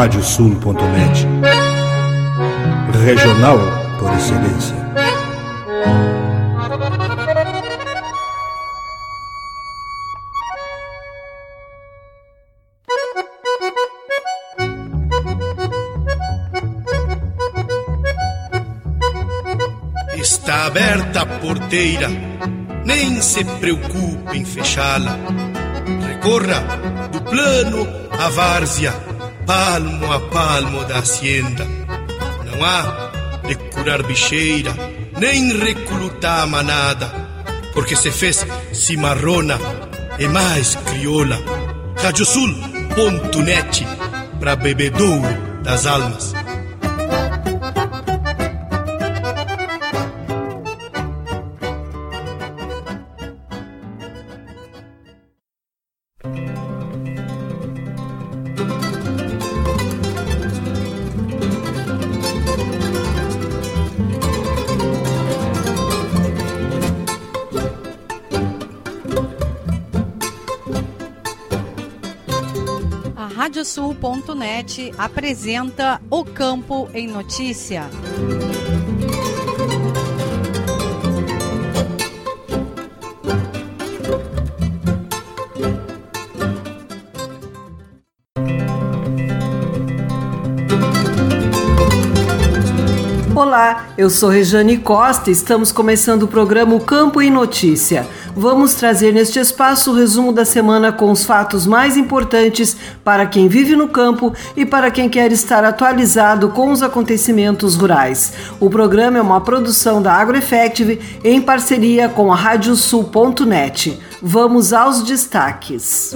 radiosul.net. Regional por excelência. Está aberta a porteira, nem se preocupe em fechá-la. Recorra do plano à várzea, palmo a palmo da hacienda. Não há de curar bicheira, nem recrutar manada, porque se fez cimarrona e mais crioula. Radiosul.net, pra bebedouro das almas. Radiosul.net apresenta O Campo em Notícia. Olá, eu sou Rejane Costa e estamos começando o programa O Campo em Notícia. Vamos trazer neste espaço o resumo da semana com os fatos mais importantes para quem vive no campo e para quem quer estar atualizado com os acontecimentos rurais. O programa é uma produção da AgroEffective em parceria com a Radiosul.net. Vamos aos destaques.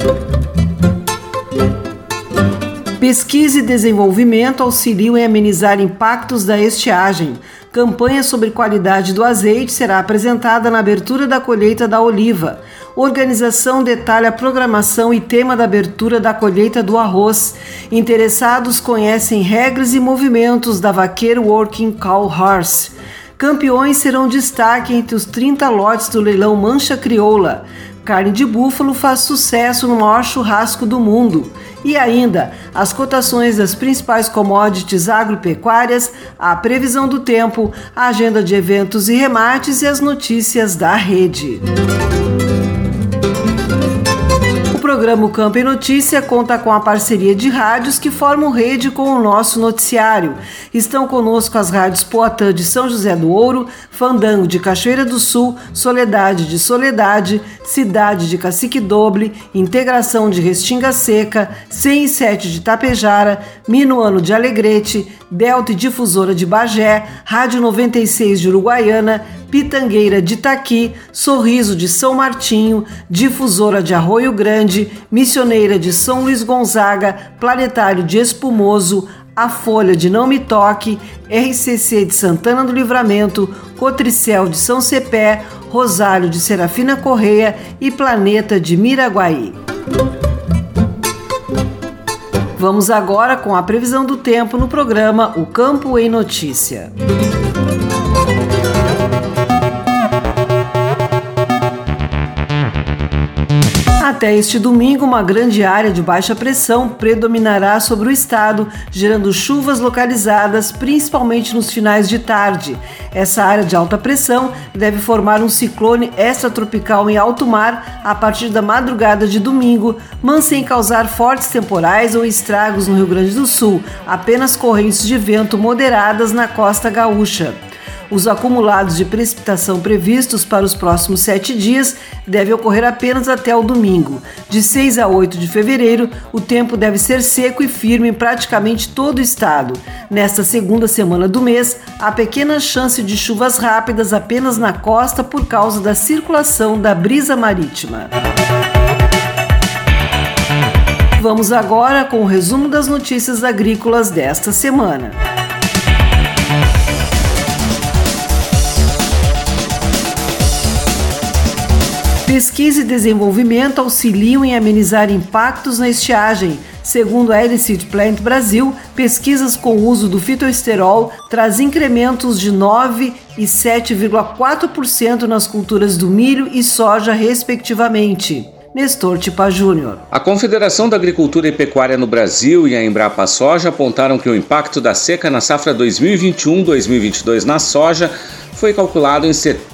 Pesquisa e desenvolvimento auxiliam em amenizar impactos da estiagem. Campanha sobre qualidade do azeite será apresentada na abertura da colheita da oliva. Organização detalha a programação e tema da abertura da colheita do arroz. Interessados conhecem regras e movimentos da Vaqueiro Working Cow Horse. Campeões serão destaque entre os 30 lotes do leilão Mancha Crioula. Carne de búfalo faz sucesso no maior churrasco do mundo. E ainda, as cotações das principais commodities agropecuárias, a previsão do tempo, a agenda de eventos e remates e as notícias da rede. O programa O Campo em Notícia conta com a parceria de rádios que formam rede com o nosso noticiário. Estão conosco as rádios Poatã de São José do Ouro, Fandango de Cachoeira do Sul, Soledade de Soledade, Cidade de Cacique Doble, Integração de Restinga Seca, 107 de Tapejara, Minuano de Alegrete, Delta e Difusora de Bagé, Rádio 96 de Uruguaiana, Pitangueira de Itaqui, Sorriso de São Martinho, Difusora de Arroio Grande, Missioneira de São Luís Gonzaga, Planetário de Espumoso, A Folha de Não Me Toque, RCC de Santana do Livramento, Cotricel de São Cepé, Rosário de Serafina Correia e Planeta de Miraguaí. Vamos agora com a previsão do tempo no programa O Campo em Notícia. Até este domingo, uma grande área de baixa pressão predominará sobre o estado, gerando chuvas localizadas, principalmente nos finais de tarde. Essa área de alta pressão deve formar um ciclone extratropical em alto mar a partir da madrugada de domingo, mas sem causar fortes temporais ou estragos no Rio Grande do Sul, apenas correntes de vento moderadas na costa gaúcha. Os acumulados de precipitação previstos para os próximos 7 dias devem ocorrer apenas até o domingo. De 6 a 8 de fevereiro, o tempo deve ser seco e firme em praticamente todo o estado. Nesta segunda semana do mês, há pequena chance de chuvas rápidas apenas na costa por causa da circulação da brisa marítima. Vamos agora com o resumo das notícias agrícolas desta semana. Pesquisa e desenvolvimento auxiliam em amenizar impactos na estiagem. Segundo a Seed Plant Brasil, pesquisas com o uso do fitoesterol traz incrementos de 9% e 7,4% nas culturas do milho e soja, respectivamente. Nestor Tipa Júnior. A Confederação da Agricultura e Pecuária no Brasil e a Embrapa Soja apontaram que o impacto da seca na safra 2021-2022 na soja foi calculado em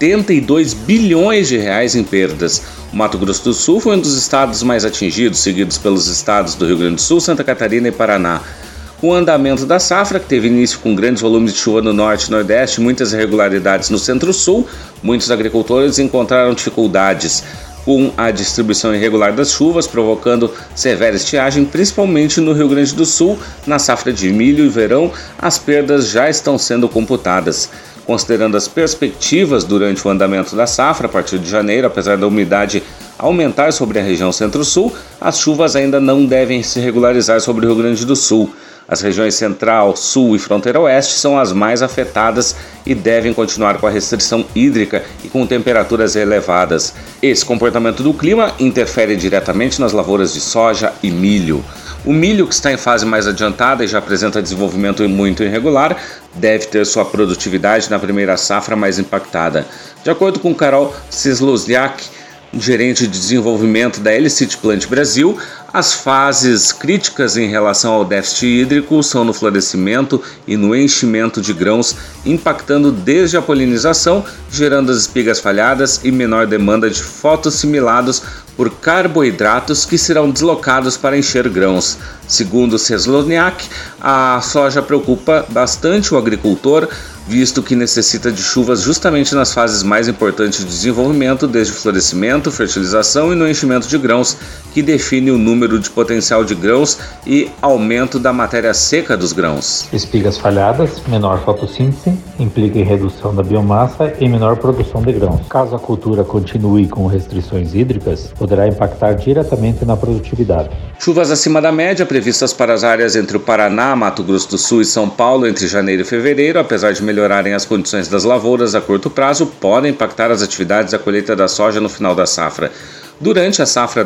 72 bilhões de reais em perdas. O Mato Grosso do Sul foi um dos estados mais atingidos, seguidos pelos estados do Rio Grande do Sul, Santa Catarina e Paraná. Com o andamento da safra, que teve início com grandes volumes de chuva no norte e nordeste e muitas irregularidades no centro-sul, muitos agricultores encontraram dificuldades com a distribuição irregular das chuvas, provocando severa estiagem, principalmente no Rio Grande do Sul. Na safra de milho e verão, as perdas já estão sendo computadas. Considerando as perspectivas durante o andamento da safra, a partir de janeiro, apesar da umidade aumentar sobre a região centro-sul, as chuvas ainda não devem se regularizar sobre o Rio Grande do Sul. As regiões central, sul e fronteira oeste são as mais afetadas e devem continuar com a restrição hídrica e com temperaturas elevadas. Esse comportamento do clima interfere diretamente nas lavouras de soja e milho. O milho, que está em fase mais adiantada e já apresenta desenvolvimento muito irregular, deve ter sua produtividade na primeira safra mais impactada. De acordo com Carol Cisloziak, gerente de desenvolvimento da Elicit Plant Brasil, as fases críticas em relação ao déficit hídrico são no florescimento e no enchimento de grãos, impactando desde a polinização, gerando as espigas falhadas e menor demanda de fotossimilados por carboidratos que serão deslocados para encher grãos. Segundo Cisloziak, a soja preocupa bastante o agricultor, visto que necessita de chuvas justamente nas fases mais importantes de desenvolvimento, desde o florescimento, fertilização e no enchimento de grãos, que define o número de potencial de grãos e aumento da matéria seca dos grãos. Espigas falhadas, menor fotossíntese, implica em redução da biomassa e menor produção de grãos. Caso a cultura continue com restrições hídricas, poderá impactar diretamente na produtividade. Chuvas acima da média previstas para as áreas entre o Paraná, Mato Grosso do Sul e São Paulo entre janeiro e fevereiro, apesar de melhorarem as condições das lavouras a curto prazo, podem impactar as atividades da colheita da soja no final da safra. Durante a safra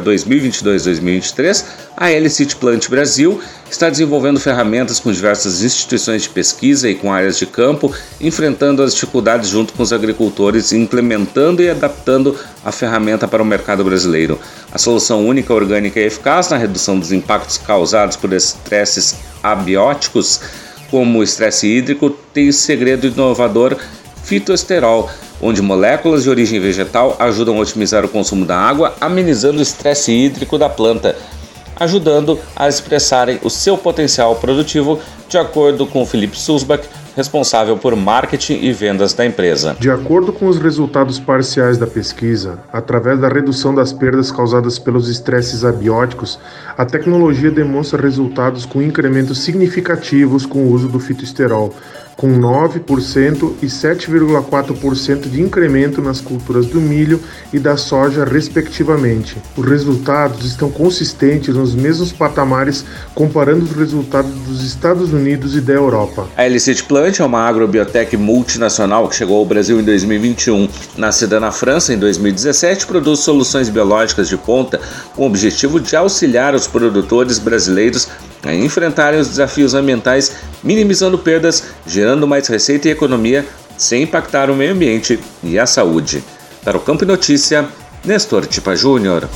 2022-2023, a Elicit Plant Brasil está desenvolvendo ferramentas com diversas instituições de pesquisa e com áreas de campo, enfrentando as dificuldades junto com os agricultores, implementando e adaptando a ferramenta para o mercado brasileiro. A solução única, orgânica e eficaz na redução dos impactos causados por estresses abióticos, como o estresse hídrico, tem o segredo inovador fitoesterol, onde moléculas de origem vegetal ajudam a otimizar o consumo da água, amenizando o estresse hídrico da planta, ajudando a expressarem o seu potencial produtivo, de acordo com Felipe Sulzbach, responsável por marketing e vendas da empresa. De acordo com os resultados parciais da pesquisa, através da redução das perdas causadas pelos estresses abióticos, a tecnologia demonstra resultados com incrementos significativos com o uso do fitoesterol, com 9% e 7,4% de incremento nas culturas do milho e da soja, respectivamente. Os resultados estão consistentes nos mesmos patamares comparando os resultados dos Estados Unidos e da Europa. A Elicit Plant é uma agrobiotech multinacional que chegou ao Brasil em 2021. Nascida na França em 2017, produz soluções biológicas de ponta com o objetivo de auxiliar os produtores brasileiros a enfrentarem os desafios ambientais, minimizando perdas, gerando mais receita e economia, sem impactar o meio ambiente e a saúde. Para o Campo e Notícia, Nestor Tipa Júnior.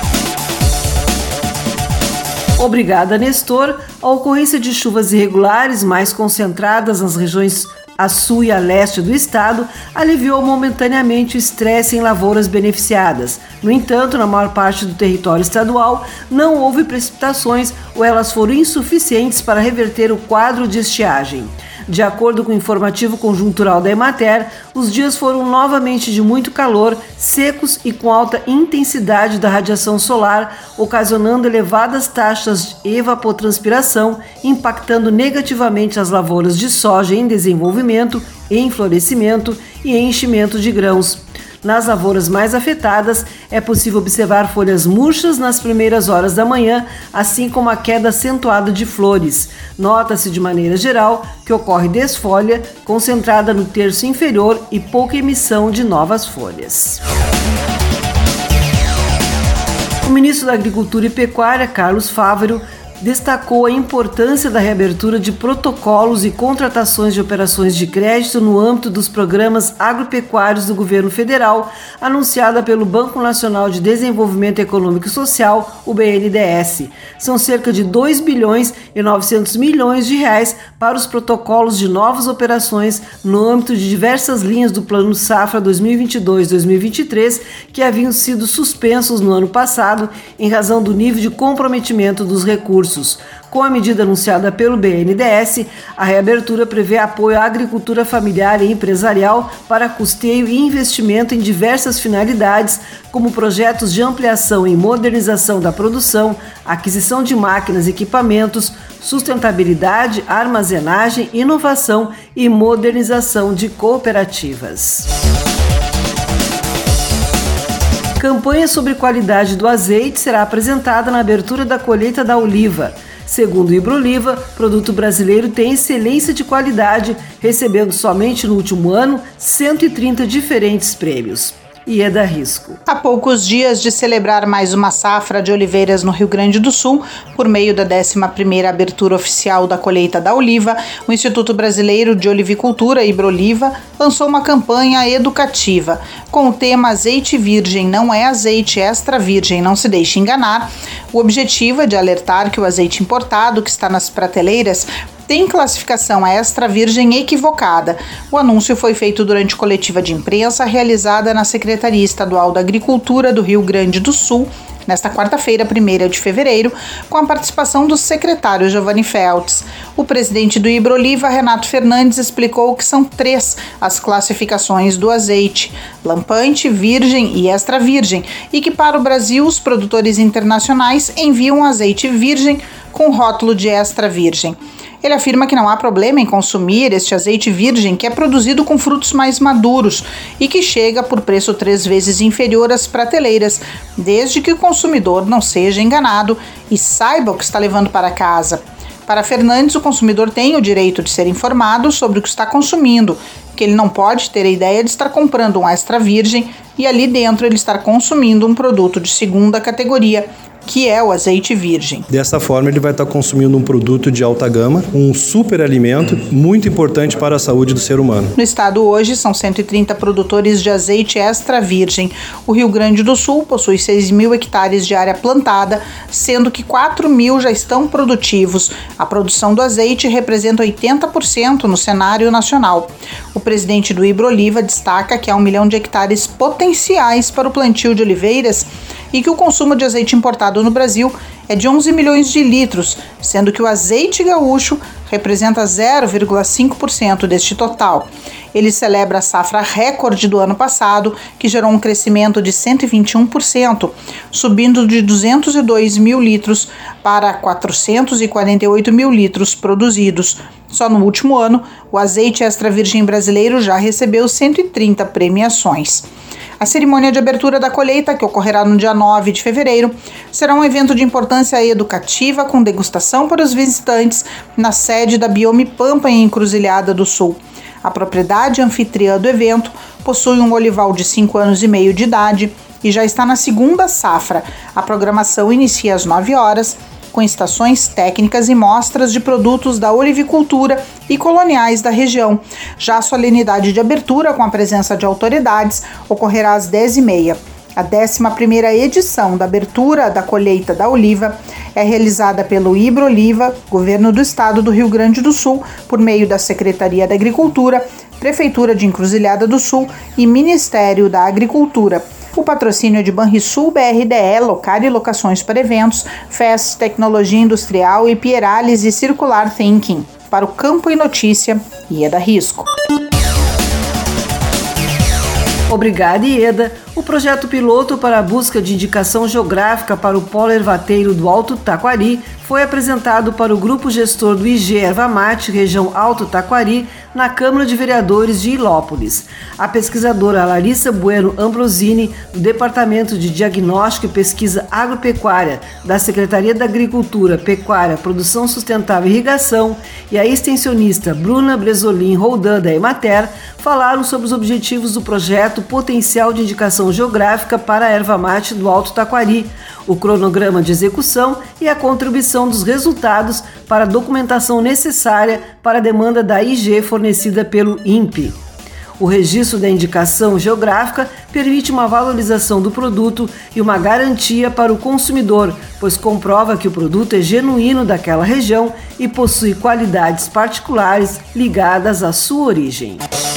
Obrigada, Nestor. A ocorrência de chuvas irregulares mais concentradas nas regiões a sul e a leste do estado aliviou momentaneamente o estresse em lavouras beneficiadas. No entanto, na maior parte do território estadual, não houve precipitações ou elas foram insuficientes para reverter o quadro de estiagem. De acordo com o informativo conjuntural da Emater, os dias foram novamente de muito calor, secos e com alta intensidade da radiação solar, ocasionando elevadas taxas de evapotranspiração, impactando negativamente as lavouras de soja em desenvolvimento, em florescimento e enchimento de grãos. Nas lavouras mais afetadas, é possível observar folhas murchas nas primeiras horas da manhã, assim como a queda acentuada de flores. Nota-se de maneira geral que ocorre desfolha, concentrada no terço inferior e pouca emissão de novas folhas. O ministro da Agricultura e Pecuária, Carlos Fávero, destacou a importância da reabertura de protocolos e contratações de operações de crédito no âmbito dos programas agropecuários do governo federal, anunciada pelo Banco Nacional de Desenvolvimento Econômico e Social, o BNDES. São cerca de 2 bilhões e 900 milhões de reais para os protocolos de novas operações no âmbito de diversas linhas do Plano Safra 2022-2023 que haviam sido suspensos no ano passado em razão do nível de comprometimento dos recursos. Com a medida anunciada pelo BNDES, a reabertura prevê apoio à agricultura familiar e empresarial para custeio e investimento em diversas finalidades, como projetos de ampliação e modernização da produção, aquisição de máquinas e equipamentos, sustentabilidade, armazenagem, inovação e modernização de cooperativas. Campanha sobre qualidade do azeite será apresentada na abertura da colheita da oliva. Segundo o Ibroliva, o produto brasileiro tem excelência de qualidade, recebendo somente no último ano 130 diferentes prêmios. Ieda Risco. Há poucos dias de celebrar mais uma safra de oliveiras no Rio Grande do Sul, por meio da 11ª abertura oficial da colheita da oliva, o Instituto Brasileiro de Olivicultura, Ibroliva, lançou uma campanha educativa com o tema Azeite Virgem não é azeite extra virgem, não se deixe enganar. O objetivo é de alertar que o azeite importado que está nas prateleiras tem classificação extra virgem equivocada. O anúncio foi feito durante coletiva de imprensa realizada na Secretaria Estadual da Agricultura do Rio Grande do Sul, nesta quarta-feira, 1º de fevereiro, com a participação do secretário Giovanni Feltz. O presidente do Ibroliva, Renato Fernandes, explicou que são 3 as classificações do azeite: lampante, virgem e extra virgem, e que para o Brasil os produtores internacionais enviam azeite virgem com rótulo de extra virgem. Ele afirma que não há problema em consumir este azeite virgem, que é produzido com frutos mais maduros e que chega por preço 3 vezes inferior às prateleiras, desde que o consumidor não seja enganado e saiba o que está levando para casa. Para Fernandes, o consumidor tem o direito de ser informado sobre o que está consumindo, que ele não pode ter a ideia de estar comprando um extra virgem e ali dentro ele estar consumindo um produto de segunda categoria, que é o azeite virgem. Dessa forma, ele vai estar consumindo um produto de alta gama, um super alimento muito importante para a saúde do ser humano. No estado hoje, são 130 produtores de azeite extra virgem. O Rio Grande do Sul possui 6.000 hectares de área plantada, sendo que 4.000 já estão produtivos. A produção do azeite representa 80% no cenário nacional. O presidente do Ibroliva destaca que há 1 milhão de hectares potenciais para o plantio de oliveiras e que o consumo de azeite importado no Brasil é de 11 milhões de litros, sendo que o azeite gaúcho representa 0,5% deste total. Ele celebra a safra recorde do ano passado, que gerou um crescimento de 121%, subindo de 202 mil litros para 448 mil litros produzidos. Só no último ano, o azeite extra virgem brasileiro já recebeu 130 premiações. A cerimônia de abertura da colheita, que ocorrerá no dia 9 de fevereiro, será um evento de importância educativa com degustação para os visitantes na sede da Biome Pampa em Encruzilhada do Sul. A propriedade anfitriã do evento possui um olival de 5 anos e meio de idade e já está na segunda safra. A programação inicia às 9 horas, com estações técnicas e mostras de produtos da olivicultura e coloniais da região. Já a solenidade de abertura, com a presença de autoridades, ocorrerá às 10h30. A 11ª edição da abertura da colheita da oliva é realizada pelo Ibroliva, Governo do Estado do Rio Grande do Sul, por meio da Secretaria da Agricultura, Prefeitura de Encruzilhada do Sul e Ministério da Agricultura. O patrocínio é de Banrisul, BRDE, Locar e Locações para Eventos, FES, Tecnologia Industrial e Pierales e Circular Thinking. Para o Campo e Notícia, Ieda Risco. Obrigada, Ieda. O projeto piloto para a busca de indicação geográfica para o polo ervateiro do Alto Taquari foi apresentado para o grupo gestor do IG Erva Mate, região Alto Taquari, na Câmara de Vereadores de Ilópolis. A pesquisadora Larissa Bueno Ambrosini, do Departamento de Diagnóstico e Pesquisa Agropecuária da Secretaria da Agricultura, Pecuária, Produção Sustentável e Irrigação, e a extensionista Bruna Bresolin Roldan, da Emater, falaram sobre os objetivos do projeto Potencial de Indicação Geográfica para a Erva Mate do Alto Taquari. o cronograma de execução e a contribuição dos resultados para a documentação necessária para a demanda da IG fornecida pelo INPE. O registro da indicação geográfica permite uma valorização do produto e uma garantia para o consumidor, pois comprova que o produto é genuíno daquela região e possui qualidades particulares ligadas à sua origem.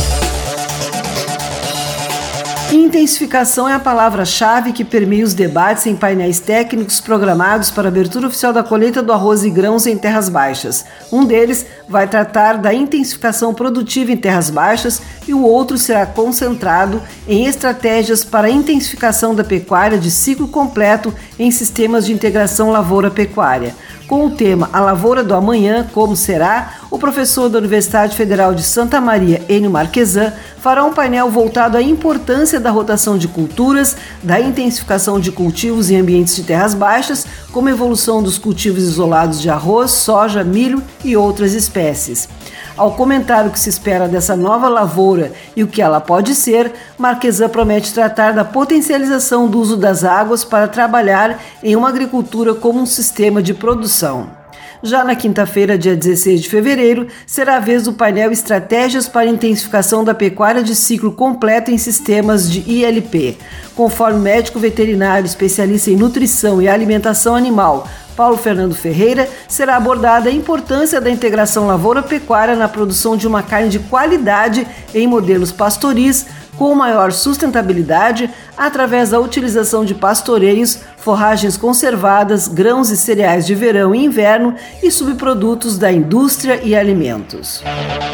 Intensificação é a palavra-chave que permeia os debates em painéis técnicos programados para a abertura oficial da colheita do arroz e grãos em terras baixas. Um deles vai tratar da intensificação produtiva em terras baixas e o outro será concentrado em estratégias para a intensificação da pecuária de ciclo completo em sistemas de integração lavoura-pecuária. Com o tema A Lavoura do Amanhã, como será, o professor da Universidade Federal de Santa Maria, Enio Marquesan, fará um painel voltado à importância da rotação de culturas, da intensificação de cultivos em ambientes de terras baixas, como evolução dos cultivos isolados de arroz, soja, milho e outras espécies. Ao comentar o que se espera dessa nova lavoura e o que ela pode ser, Marquesan promete tratar da potencialização do uso das águas para trabalhar em uma agricultura como um sistema de produção. Já na quinta-feira, dia 16 de fevereiro, será a vez do painel Estratégias para a Intensificação da Pecuária de Ciclo Completo em Sistemas de ILP. Conforme o médico veterinário especialista em nutrição e alimentação animal, Paulo Fernando Ferreira, será abordada a importância da integração lavoura-pecuária na produção de uma carne de qualidade em modelos pastoris, com maior sustentabilidade, através da utilização de pastoreios, forragens conservadas, grãos e cereais de verão e inverno e subprodutos da indústria e alimentos.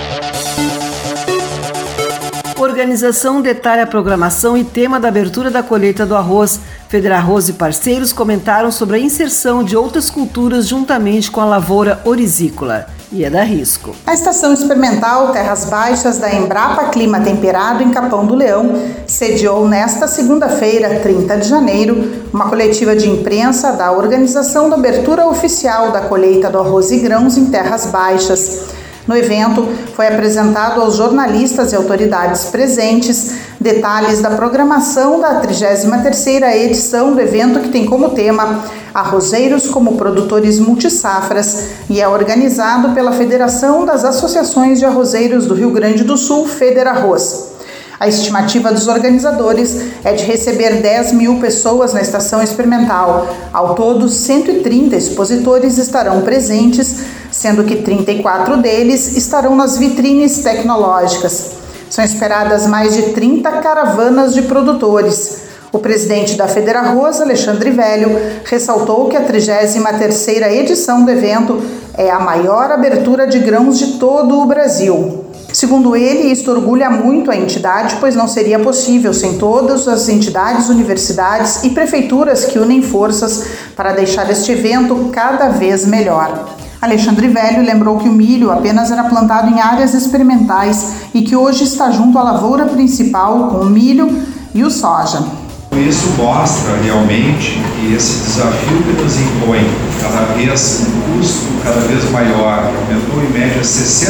Organização detalha a programação e tema da abertura da colheita do arroz. Federarroz e parceiros comentaram sobre a inserção de outras culturas juntamente com a lavoura orizícola. Ieda Risco. A Estação Experimental Terras Baixas da Embrapa Clima Temperado em Capão do Leão sediou nesta segunda-feira, 30 de janeiro, uma coletiva de imprensa da organização da abertura oficial da colheita do arroz e grãos em Terras Baixas. No evento, foi apresentado aos jornalistas e autoridades presentes detalhes da programação da 33ª edição do evento, que tem como tema Arrozeiros como Produtores Multisafras e é organizado pela Federação das Associações de Arrozeiros do Rio Grande do Sul, Federarroz. A estimativa dos organizadores é de receber 10 mil pessoas na estação experimental. Ao todo, 130 expositores estarão presentes, sendo que 34 deles estarão nas vitrines tecnológicas. São esperadas mais de 30 caravanas de produtores. O presidente da Federarroz, Alexandre Velho, ressaltou que a 33ª edição do evento é a maior abertura de grãos de todo o Brasil. Segundo ele, isto orgulha muito a entidade, pois não seria possível sem todas as entidades, universidades e prefeituras que unem forças para deixar este evento cada vez melhor. Alexandre Velho lembrou que o milho apenas era plantado em áreas experimentais e que hoje está junto à lavoura principal com o milho e o soja. Isso mostra realmente que esse desafio que nos impõe cada vez um custo cada vez maior, que aumentou em média 60%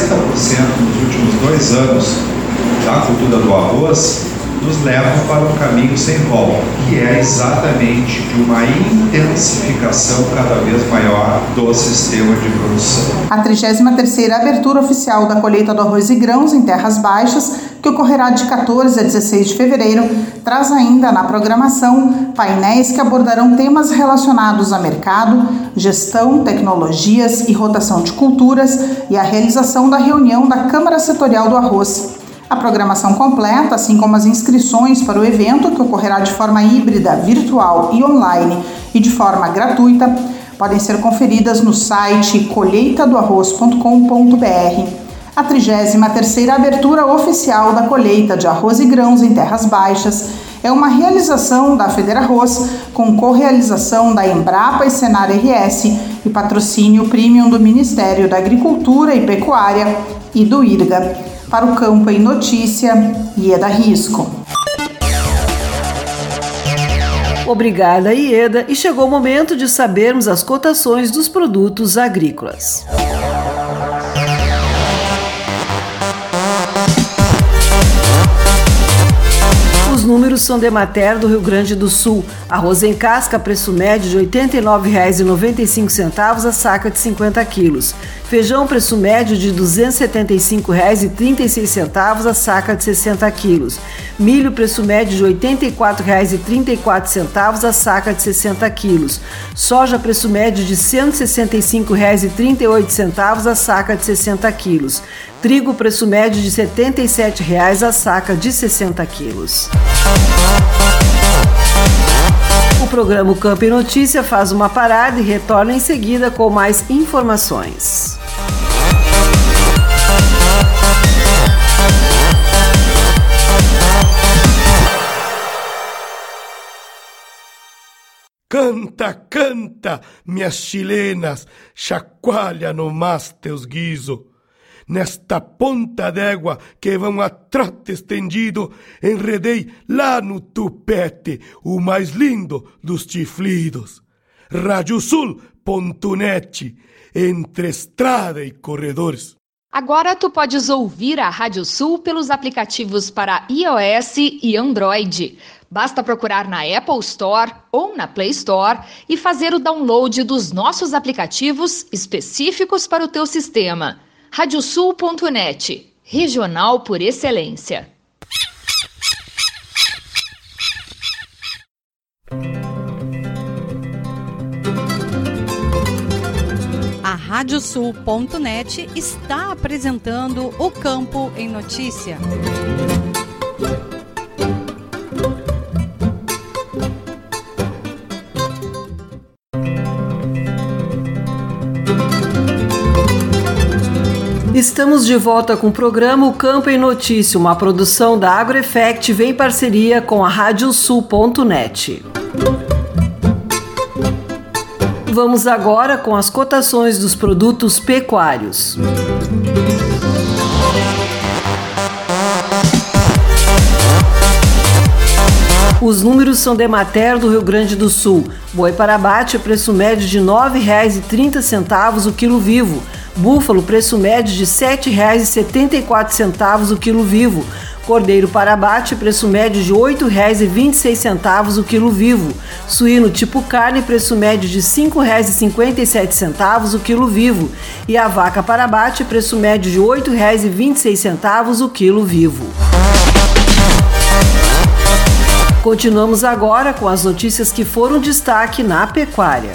nos últimos 2 anos da cultura do arroz, nos leva para um caminho sem volta, que é exatamente de uma intensificação cada vez maior do sistema de produção. A 33ª abertura oficial da colheita do arroz e grãos em Terras Baixas, que ocorrerá de 14 a 16 de fevereiro, traz ainda na programação painéis que abordarão temas relacionados a mercado, gestão, tecnologias e rotação de culturas e a realização da reunião da Câmara Setorial do Arroz. A programação completa, assim como as inscrições para o evento, que ocorrerá de forma híbrida, virtual e online e de forma gratuita, podem ser conferidas no site colheitadoarroz.com.br. A 33ª abertura oficial da colheita de arroz e grãos em Terras Baixas é uma realização da Federarroz com correalização da Embrapa e Senar RS e patrocínio premium do Ministério da Agricultura e Pecuária e do IRGA. Para o Campo em Notícia, Ieda Risco. Obrigada, Ieda, e chegou o momento de sabermos as cotações dos produtos agrícolas. Os números números são da Emater do Rio Grande do Sul. Arroz em casca, preço médio de R$ 89,95 a saca de 50 quilos. Feijão, preço médio de R$ 275,36 a saca de 60 quilos. Milho, preço médio de R$ 84,34 a saca de 60 quilos. Soja, preço médio de R$ 165,38 a saca de 60 quilos. Trigo, preço médio de R$ 77,00 a saca de 60 quilos. O programa Campo e Notícia faz uma parada e retorna em seguida com mais informações. Canta, canta, minhas chilenas, chacoalha no mas teus guiso. Nesta ponta d'égua que vão a trote estendido, enredei lá no tupete o mais lindo dos chiflidos. Radiosul.net, entre estrada e corredores. Agora tu podes ouvir a Rádio Sul pelos aplicativos para iOS e Android. Basta procurar na Apple Store ou na Play Store e fazer o download dos nossos aplicativos específicos para o teu sistema. Radiosul.net, regional por excelência. A Radiosul.net está apresentando o Campo em Notícia. Estamos de volta com o programa O Campo em Notícia, uma produção da AgroEffect em parceria com a Radiosul.net. Vamos agora com as cotações dos produtos pecuários. Os números são da Emater do Rio Grande do Sul. Boi para abate, preço médio de R$ 9,30 o quilo vivo. Búfalo, preço médio de R$ 7,74 o quilo vivo. Cordeiro para abate, preço médio de R$ 8,26 o quilo vivo. Suíno tipo carne, preço médio de R$ 5,57 o quilo vivo. E a vaca para abate, preço médio de R$ 8,26 o quilo vivo. Continuamos agora com as notícias que foram destaque na pecuária.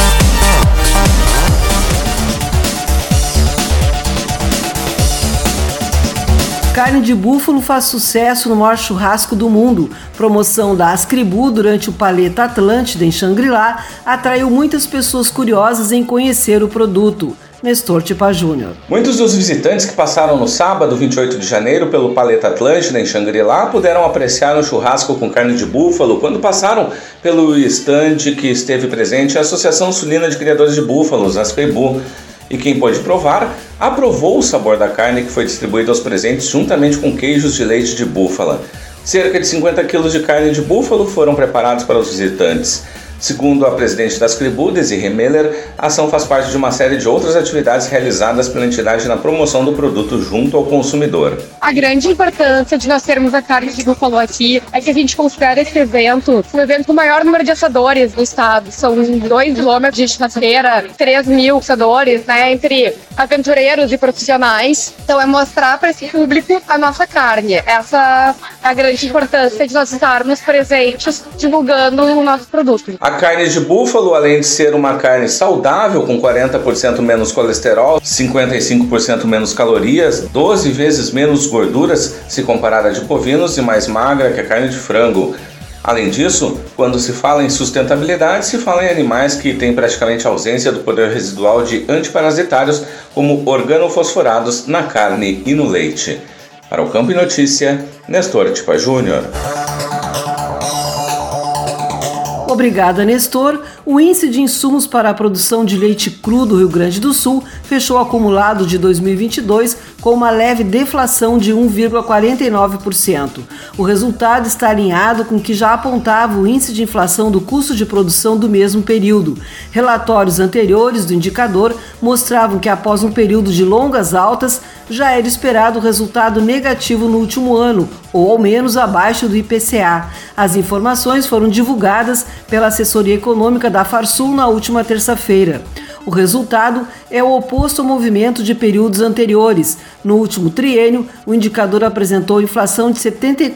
Carne de búfalo faz sucesso no maior churrasco do mundo. Promoção da Ascribu durante o Paleta Atlântida em Xangri-Lá atraiu muitas pessoas curiosas em conhecer o produto. Nestor Tipa Júnior. Muitos dos visitantes que passaram no sábado, 28 de janeiro, pelo Paleta Atlântida em Xangri-Lá puderam apreciar um churrasco com carne de búfalo quando passaram pelo estande que esteve presente a Associação Sulina de Criadores de Búfalos, Ascribu. E quem pôde provar, aprovou o sabor da carne que foi distribuída aos presentes juntamente com queijos de leite de búfala. Cerca de 50 quilos de carne de búfalo foram preparados para os visitantes. Segundo a presidente da Ascribu, Desirê Meller, a ação faz parte de uma série de outras atividades realizadas pela entidade na promoção do produto junto ao consumidor. A grande importância de nós termos a carne de búfalo aqui é que a gente considera esse evento um evento com o maior número de assadores do estado. São 2 quilômetros de churrasqueira, 3 mil assadores, entre aventureiros e profissionais. Então é mostrar para esse público a nossa carne. Essa é a grande importância de nós estarmos presentes divulgando o nosso produto. A carne de búfalo, além de ser uma carne saudável, com 40% menos colesterol, 55% menos calorias, 12 vezes menos gorduras se comparada a de bovinos e mais magra que a carne de frango. Além disso, quando se fala em sustentabilidade, se fala em animais que têm praticamente ausência do poder residual de antiparasitários, como organofosforados na carne e no leite. Para o Campo e Notícia, Nestor Tipa Júnior. Obrigada, Nestor. O índice de insumos para a produção de leite cru do Rio Grande do Sul fechou o acumulado de 2022 com uma leve deflação de 1,49%. O resultado está alinhado com o que já apontava o índice de inflação do custo de produção do mesmo período. Relatórios anteriores do indicador mostravam que após um período de longas altas, já era esperado resultado negativo no último ano, ou ao menos abaixo do IPCA. As informações foram divulgadas pela assessoria econômica da Farsul na última terça-feira. O resultado é o oposto ao movimento de períodos anteriores. No último triênio, o indicador apresentou inflação de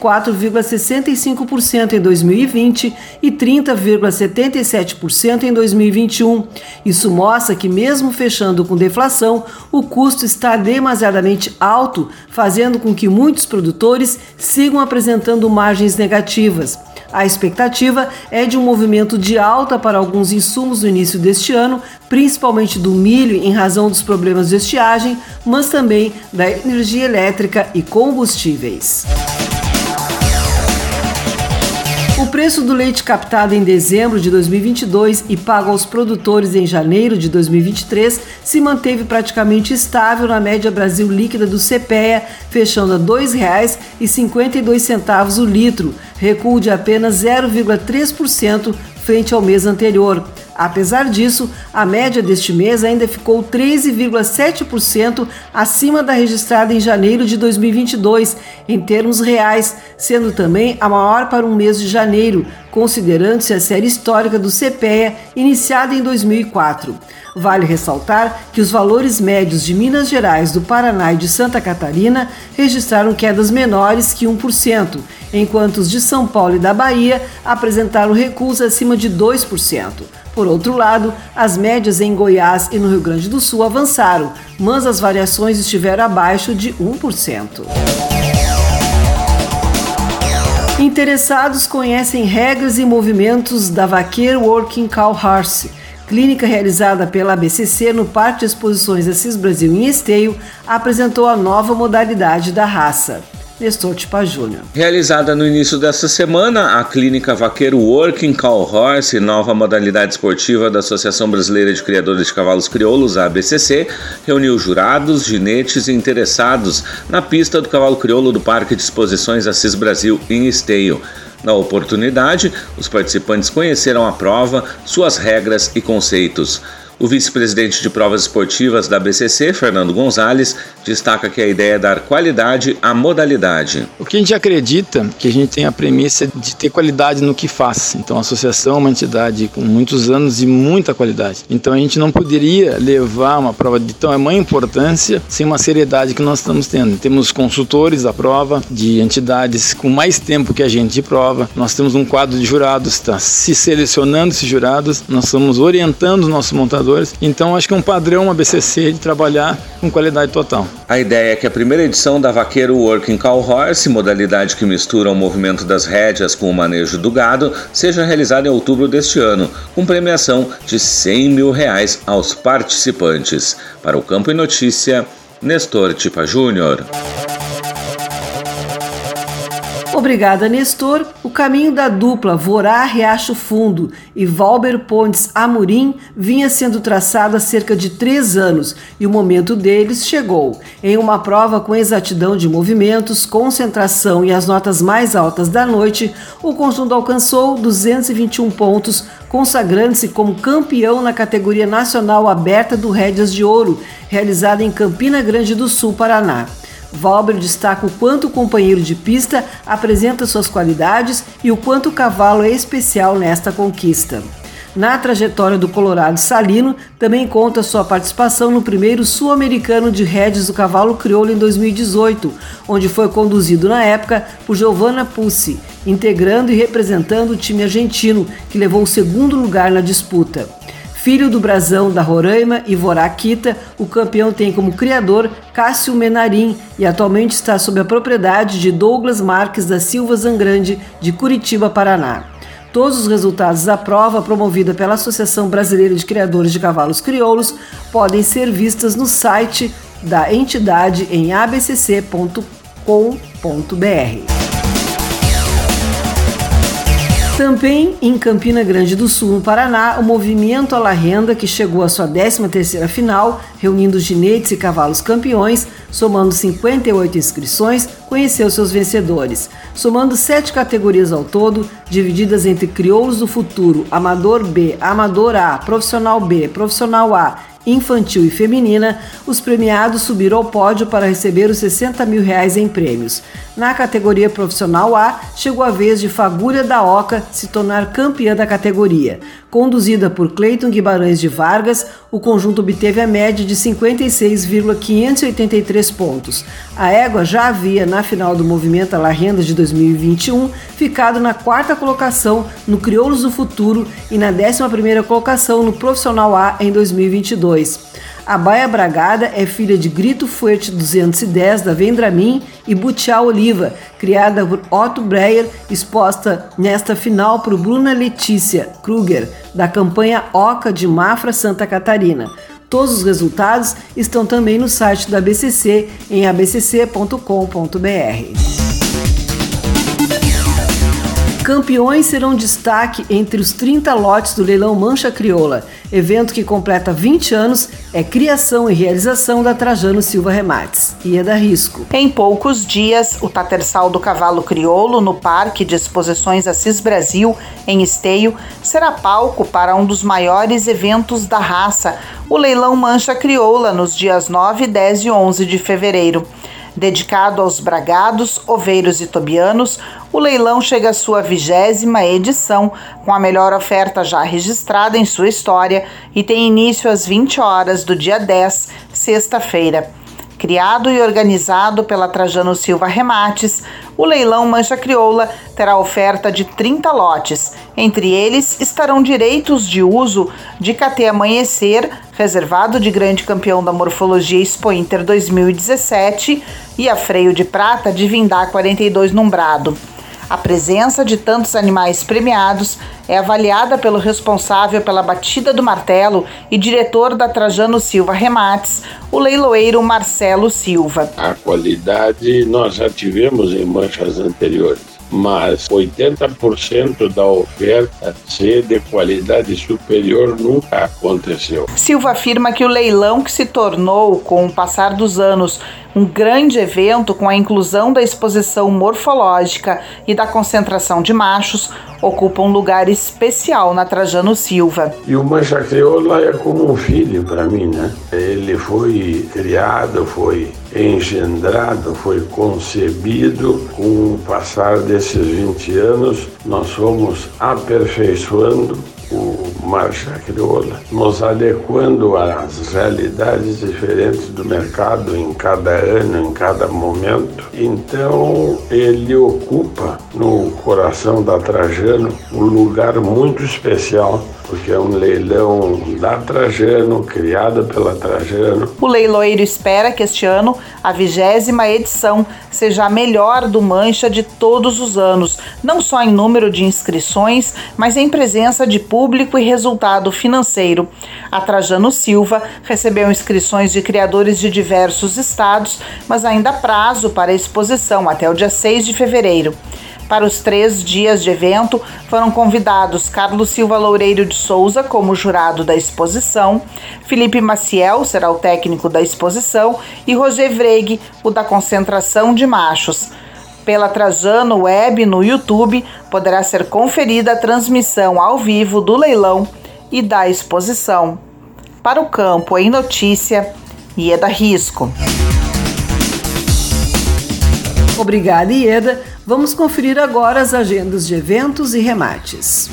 74,65% em 2020 e 30,77% em 2021. Isso mostra que, mesmo fechando com deflação, o custo está demasiadamente alto, fazendo com que muitos produtores sigam apresentando margens negativas. A expectativa é de um movimento de alta para alguns insumos no início deste ano, principalmente do milho em razão dos problemas de estiagem, mas também da energia elétrica e combustíveis. O preço do leite captado em dezembro de 2022 e pago aos produtores em janeiro de 2023 se manteve praticamente estável na média Brasil líquida do CPEA, fechando a R$ 2,52 o litro, recuo de apenas 0,3% frente ao mês anterior. Apesar disso, a média deste mês ainda ficou 13,7% acima da registrada em janeiro de 2022, em termos reais, sendo também a maior para um mês de janeiro, considerando-se a série histórica do CPEA, iniciada em 2004. Vale ressaltar que os valores médios de Minas Gerais, do Paraná e de Santa Catarina registraram quedas menores que 1%, enquanto os de São Paulo e da Bahia apresentaram recuos acima de 2%. Por outro lado, as médias em Goiás e no Rio Grande do Sul avançaram, mas as variações estiveram abaixo de 1%. Interessados conhecem regras e movimentos da Vaqueiro Working Cow Horse. Clínica realizada pela ABCC no Parque de Exposições Assis Brasil em Esteio apresentou a nova modalidade da raça. Nestor Tipa Júnior. Realizada no início desta semana, a Clínica Vaqueiro Working Cow Horse, nova modalidade esportiva da Associação Brasileira de Criadores de Cavalos Crioulos, a ABCC, reuniu jurados, ginetes e interessados na pista do cavalo crioulo do Parque de Exposições Assis Brasil em Esteio. Na oportunidade, os participantes conheceram a prova, suas regras e conceitos. O vice-presidente de provas esportivas da ABCC, Fernando Gonzalez, destaca que a ideia é dar qualidade à modalidade. O que a gente acredita é que a gente tem a premissa de ter qualidade no que faz. Então a associação é uma entidade com muitos anos e muita qualidade. Então a gente não poderia levar uma prova de tamanha importância sem uma seriedade que nós estamos tendo. Temos consultores da prova, de entidades com mais tempo que a gente de prova. Nós temos um quadro de jurados, está se selecionando esses jurados. Nós estamos orientando os nossos montadores. Então acho que é um padrão ABCC de trabalhar com qualidade total. A ideia é que a primeira edição da Vaqueiro Working Cow Horse, modalidade que mistura o movimento das rédeas com o manejo do gado, seja realizada em outubro deste ano, com premiação de R$100 mil aos participantes. Para o Campo e Notícia, Nestor Tipa Júnior. Obrigada, Nestor. O caminho da dupla Vorá Riacho Fundo e Valber Pontes Amorim vinha sendo traçado há cerca de 3 anos e o momento deles chegou. Em uma prova com exatidão de movimentos, concentração e as notas mais altas da noite, o conjunto alcançou 221 pontos, consagrando-se como campeão na categoria nacional aberta do Rédeas de Ouro, realizada em Campina Grande do Sul, Paraná. Valber destaca o quanto o companheiro de pista apresenta suas qualidades e o quanto o cavalo é especial nesta conquista. Na trajetória do Colorado Salino, também conta sua participação no primeiro Sul-Americano de Rédeas do Cavalo Crioulo em 2018, onde foi conduzido na época por Giovanna Pussi, integrando e representando o time argentino, que levou o segundo lugar na disputa. Filho do brasão da Roraima e Vorá Kita, o campeão tem como criador Cássio Menarim e atualmente está sob a propriedade de Douglas Marques da Silva Zangrande, de Curitiba, Paraná. Todos os resultados da prova, promovida pela Associação Brasileira de Criadores de Cavalos Crioulos, podem ser vistas no site da entidade em abcc.com.br. Também em Campina Grande do Sul, no Paraná, o movimento à la Renda, que chegou à sua 13ª final, reunindo ginetes e cavalos campeões, somando 58 inscrições, conheceu seus vencedores. Somando 7 categorias ao todo, divididas entre crioulos do futuro, amador B, amador A, profissional B, profissional A infantil e feminina, os premiados subiram ao pódio para receber os R$60 mil em prêmios. Na categoria profissional A, chegou a vez de Fagulha da Oca se tornar campeã da categoria. Conduzida por Cleiton Guimarães de Vargas, o conjunto obteve a média de 56,583 pontos. A égua já havia, na final do Movimento La Renda de 2021, ficado na 4ª colocação no Crioulos do Futuro e na 11ª colocação no Profissional A em 2022. A baia bragada é filha de Grito Fuerte 210 da Vendramin e Butiá Oliva, criada por Otto Breyer, exposta nesta final por Bruna Letícia Kruger, da campanha Oca de Mafra, Santa Catarina. Todos os resultados estão também no site da ABCC em abcc.com.br. Campeões serão destaque entre os 30 lotes do leilão Mancha Crioula. Evento que completa 20 anos, é criação e realização da Trajano Silva Remates. Ieda Risco. Em poucos dias, o Tatersal do Cavalo Crioulo, no Parque de Exposições Assis Brasil, em Esteio, será palco para um dos maiores eventos da raça, o leilão Mancha Crioula, nos dias 9, 10 e 11 de fevereiro. Dedicado aos bragados, oveiros e tobianos, o leilão chega à sua 20ª edição, com a melhor oferta já registrada em sua história e tem início às 20 horas do dia 10, sexta-feira. Criado e organizado pela Trajano Silva Remates, o leilão Mancha Crioula terá oferta de 30 lotes. Entre eles estarão direitos de uso de KT Amanhecer, reservado de grande campeão da morfologia Expo Inter 2017, e a freio de prata de Vindá 42 Numbrado. A presença de tantos animais premiados é avaliada pelo responsável pela batida do martelo e diretor da Trajano Silva Remates, o leiloeiro Marcelo Silva. A qualidade nós já tivemos em manchas anteriores, mas 80% da oferta ser de qualidade superior nunca aconteceu. Silva afirma que o leilão, que se tornou, com o passar dos anos, um grande evento com a inclusão da exposição morfológica e da concentração de machos, ocupa um lugar especial na Trajano Silva. E o Mancha Crioula é como um filho para mim, né? Ele foi criado, foi engendrado, foi concebido. Com o passar desses 20 anos, nós fomos aperfeiçoando o Mancha Crioula, nos adequando às realidades diferentes do mercado em cada ano, em cada momento. Então, ele ocupa no coração da Trajano um lugar muito especial, porque é um leilão da Trajano, criada pela Trajano. O leiloeiro espera que este ano, a 20ª edição, seja a melhor do Mancha de todos os anos, não só em número de inscrições, mas em presença de público e resultado financeiro. A Trajano Silva recebeu inscrições de criadores de diversos estados, mas ainda há prazo para a exposição até o dia 6 de fevereiro. Para os 3 dias de evento, foram convidados Carlos Silva Loureiro de Souza como jurado da exposição, Felipe Maciel será o técnico da exposição e Roger Vregue, o da concentração de machos. Pela Trajano Web no YouTube, poderá ser conferida a transmissão ao vivo do leilão e da exposição. Para o Campo em Notícia, Ieda Risco. Obrigada, Ieda. Vamos conferir agora as agendas de eventos e remates.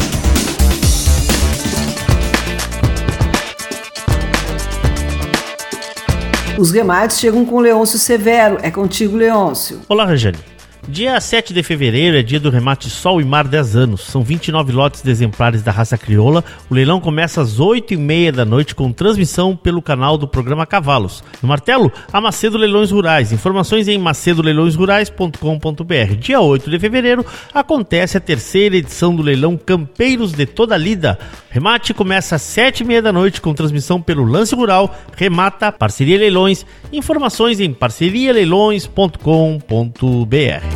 Os remates chegam com Leôncio Severo. É contigo, Leôncio. Olá, Rejane. Dia 7 de fevereiro é dia do remate Sol e Mar 10 anos. São 29 lotes de exemplares da raça crioula. O leilão começa às 8h30 da noite com transmissão pelo canal do programa Cavalos. No martelo, a Macedo Leilões Rurais. Informações em macedoleilõesrurais.com.br. Dia 8 de fevereiro acontece a 3ª edição do leilão Campeiros de Toda a Lida. Remate começa às 7h30 da noite com transmissão pelo Lance Rural. Remata Parceria Leilões. Informações em parcerialeilões.com.br.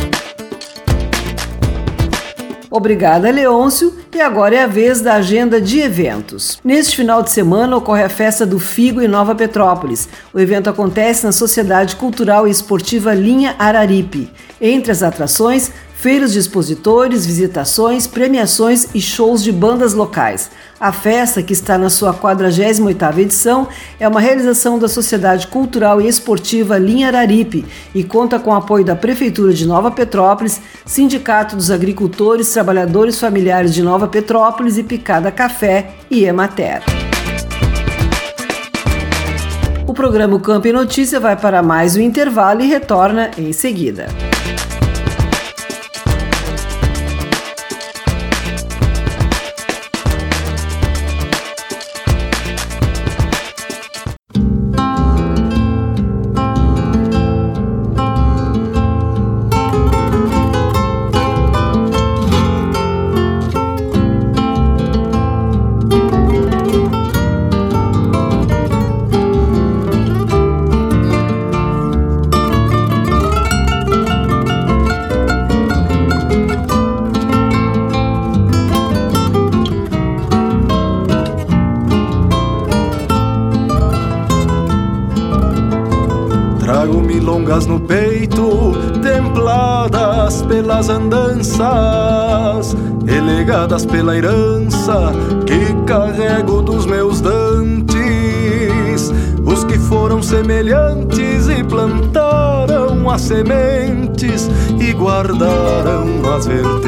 Obrigada, Leôncio. E agora é a vez da agenda de eventos. Neste final de semana ocorre a Festa do Figo em Nova Petrópolis. O evento acontece na Sociedade Cultural e Esportiva Linha Araripe. Entre as atrações, feiras de expositores, visitações, premiações e shows de bandas locais. A festa, que está na sua 48ª edição, é uma realização da Sociedade Cultural e Esportiva Linha Araripe e conta com o apoio da Prefeitura de Nova Petrópolis, Sindicato dos Agricultores, Trabalhadores Familiares de Nova Petrópolis e Picada Café e Emater. O programa Campo e Notícia vai para mais um intervalo e retorna em seguida. No peito, templadas pelas andanças, elegadas pela herança que carrego dos meus dantes, os que foram semelhantes e plantaram as sementes e guardaram as vertentes,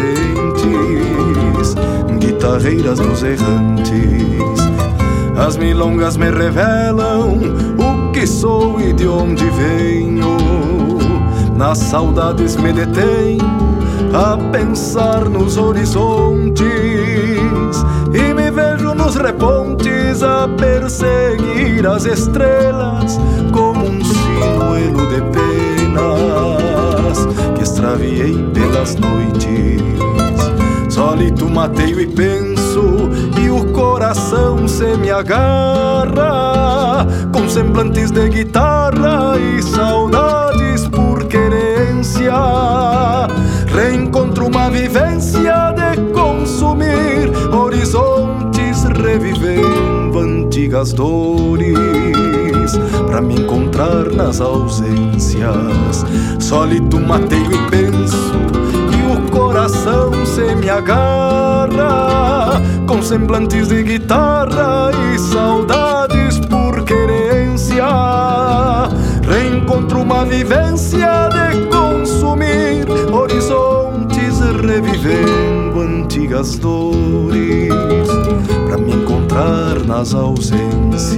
guitarreiras dos errantes. As milongas me revelam o que sou e de onde venho. Nas saudades me detenho a pensar nos horizontes e me vejo nos repontes a perseguir as estrelas como um sinuelo de penas que extraviei pelas noites. Solito mateio e penso e o coração se me agarra com semblantes de guitarra e saudades por querência. Reencontro uma vivência de consumir horizontes, revivendo antigas dores pra me encontrar nas ausências. Solito mateio e penso e o coração se me agarra com semblantes de guitarra e saudades por querência. Reencontro uma vivência de consumir horizontes, revivendo antigas dores pra me encontrar nas ausências.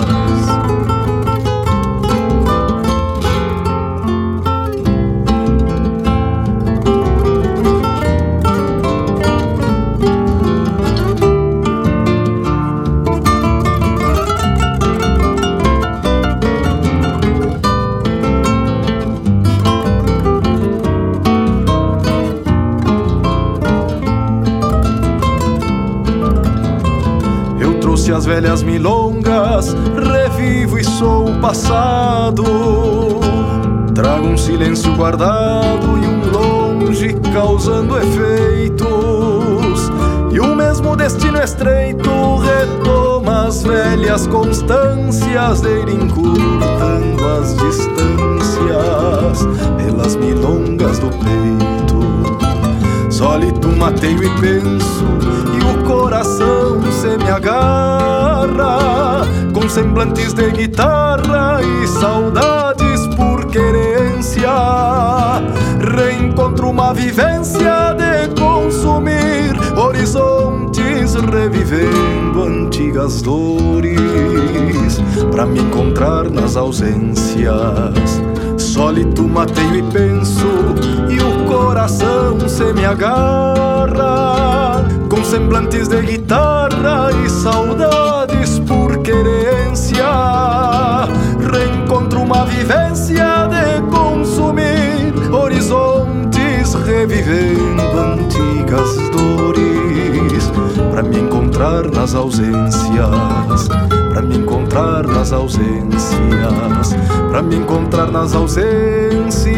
As velhas milongas, revivo e sou o passado. Trago um silêncio guardado e um longe causando efeitos. E o mesmo destino estreito retoma as velhas constâncias de ir encurtando as distâncias pelas milongas do peito. Solito mateio e penso e o coração se me agarra com semblantes de guitarra e saudades por querência. Reencontro uma vivência de consumir horizontes, revivendo antigas dores pra me encontrar nas ausências. Solito mateio e penso e o coração se me agarra com semblantes de guitarra e saudades por querência. Reencontro uma vivência de consumir horizontes, revivendo antigas dores pra me encontrar nas ausências. Pra me encontrar nas ausências, pra me encontrar nas ausências.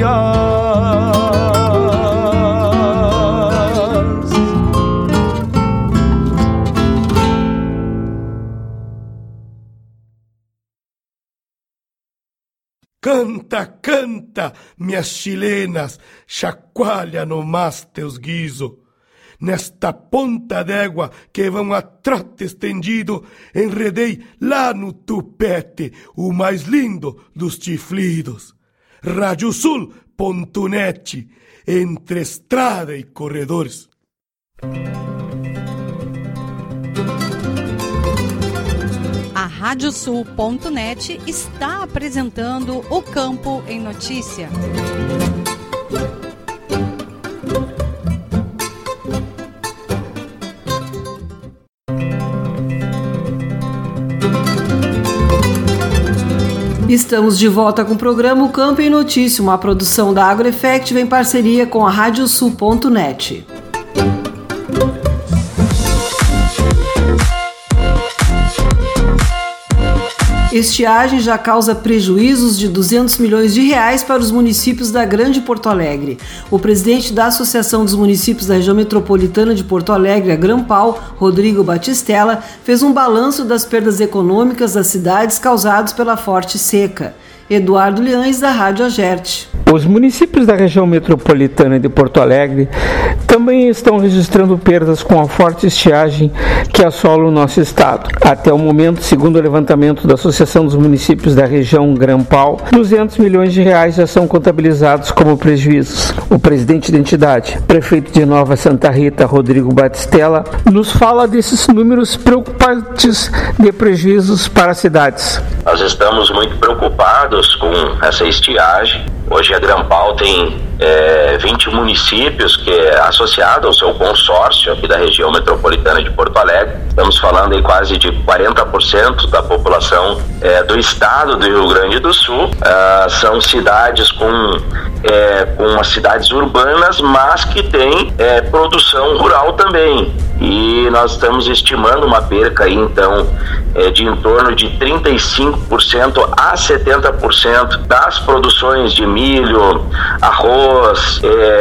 Canta, canta, minhas chilenas, chacoalha no mas teus guiso. Nesta ponta d'égua que vão a trote estendido, enredei lá no tupete o mais lindo dos chiflidos. Radiosul.net, entre estrada e corredores. A Radiosul.net está apresentando o Campo em Notícia. Estamos de volta com o programa Campo em Notícia, uma produção da AgroEffect em parceria com a Radiosul.net. Estiagem já causa prejuízos de R$200 milhões para os municípios da Grande Porto Alegre. O presidente da Associação dos Municípios da Região Metropolitana de Porto Alegre, a Grampal, Rodrigo Batistella, fez um balanço das perdas econômicas das cidades causadas pela forte seca. Eduardo Leães, da Rádio Agerte. Os municípios da região metropolitana de Porto Alegre também estão registrando perdas com a forte estiagem que assola o nosso estado. Até o momento, segundo o levantamento da Associação dos Municípios da região Grampal, R$200 milhões já são contabilizados como prejuízos. O presidente da entidade, prefeito de Nova Santa Rita, Rodrigo Batistella, nos fala desses números preocupantes de prejuízos para as cidades. Nós estamos muito preocupados com essa estiagem. Hoje a Grampal tem 20 municípios que é associado ao seu consórcio aqui da região metropolitana de Porto Alegre. Estamos falando em quase de 40% da população do estado do Rio Grande do Sul. São cidades com umas cidades urbanas, mas que têm produção rural também. E nós estamos estimando uma perca aí, então, de em torno de 35% a 70% das produções de milho, arroz,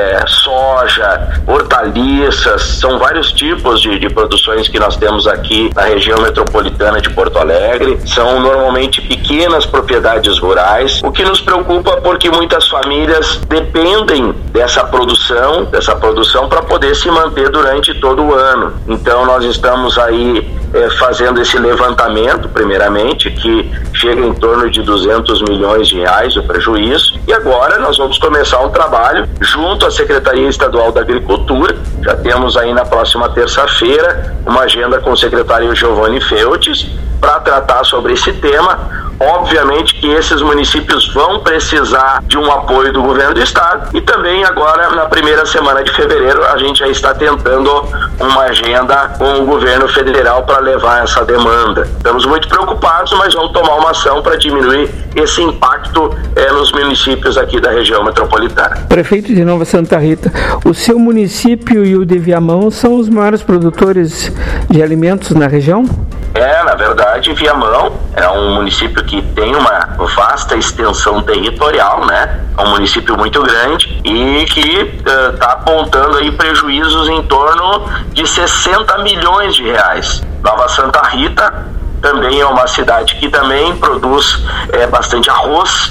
soja, hortaliças. São vários tipos de produções que nós temos aqui na região metropolitana de Porto Alegre. São normalmente pequenas propriedades rurais, o que nos preocupa porque muitas famílias dependem dessa produção para poder se manter durante todo o ano. Então nós estamos aí fazendo esse levantamento, primeiramente, que chega em torno de R$200 milhões o prejuízo, e agora nós vamos começar um trabalho junto à Secretaria Estadual da Agricultura. Já temos aí na próxima terça-feira uma agenda com o secretário Giovanni Feltes para tratar sobre esse tema. Obviamente que esses municípios vão precisar de um apoio do governo do estado, e também agora na primeira semana de fevereiro a gente já está tentando uma agenda com o governo federal para levar essa demanda. Estamos muito preocupados, mas vamos tomar uma ação para diminuir esse impacto nos municípios aqui da região metropolitana. Prefeito de Nova Santa Rita, o seu município e o de Viamão são os maiores produtores de alimentos na região? Na verdade, Viamão é um município que tem uma vasta extensão territorial, né? É um município muito grande e que está apontando aí prejuízos em torno de R$60 milhões. Nova Santa Rita também é uma cidade que também produz bastante arroz,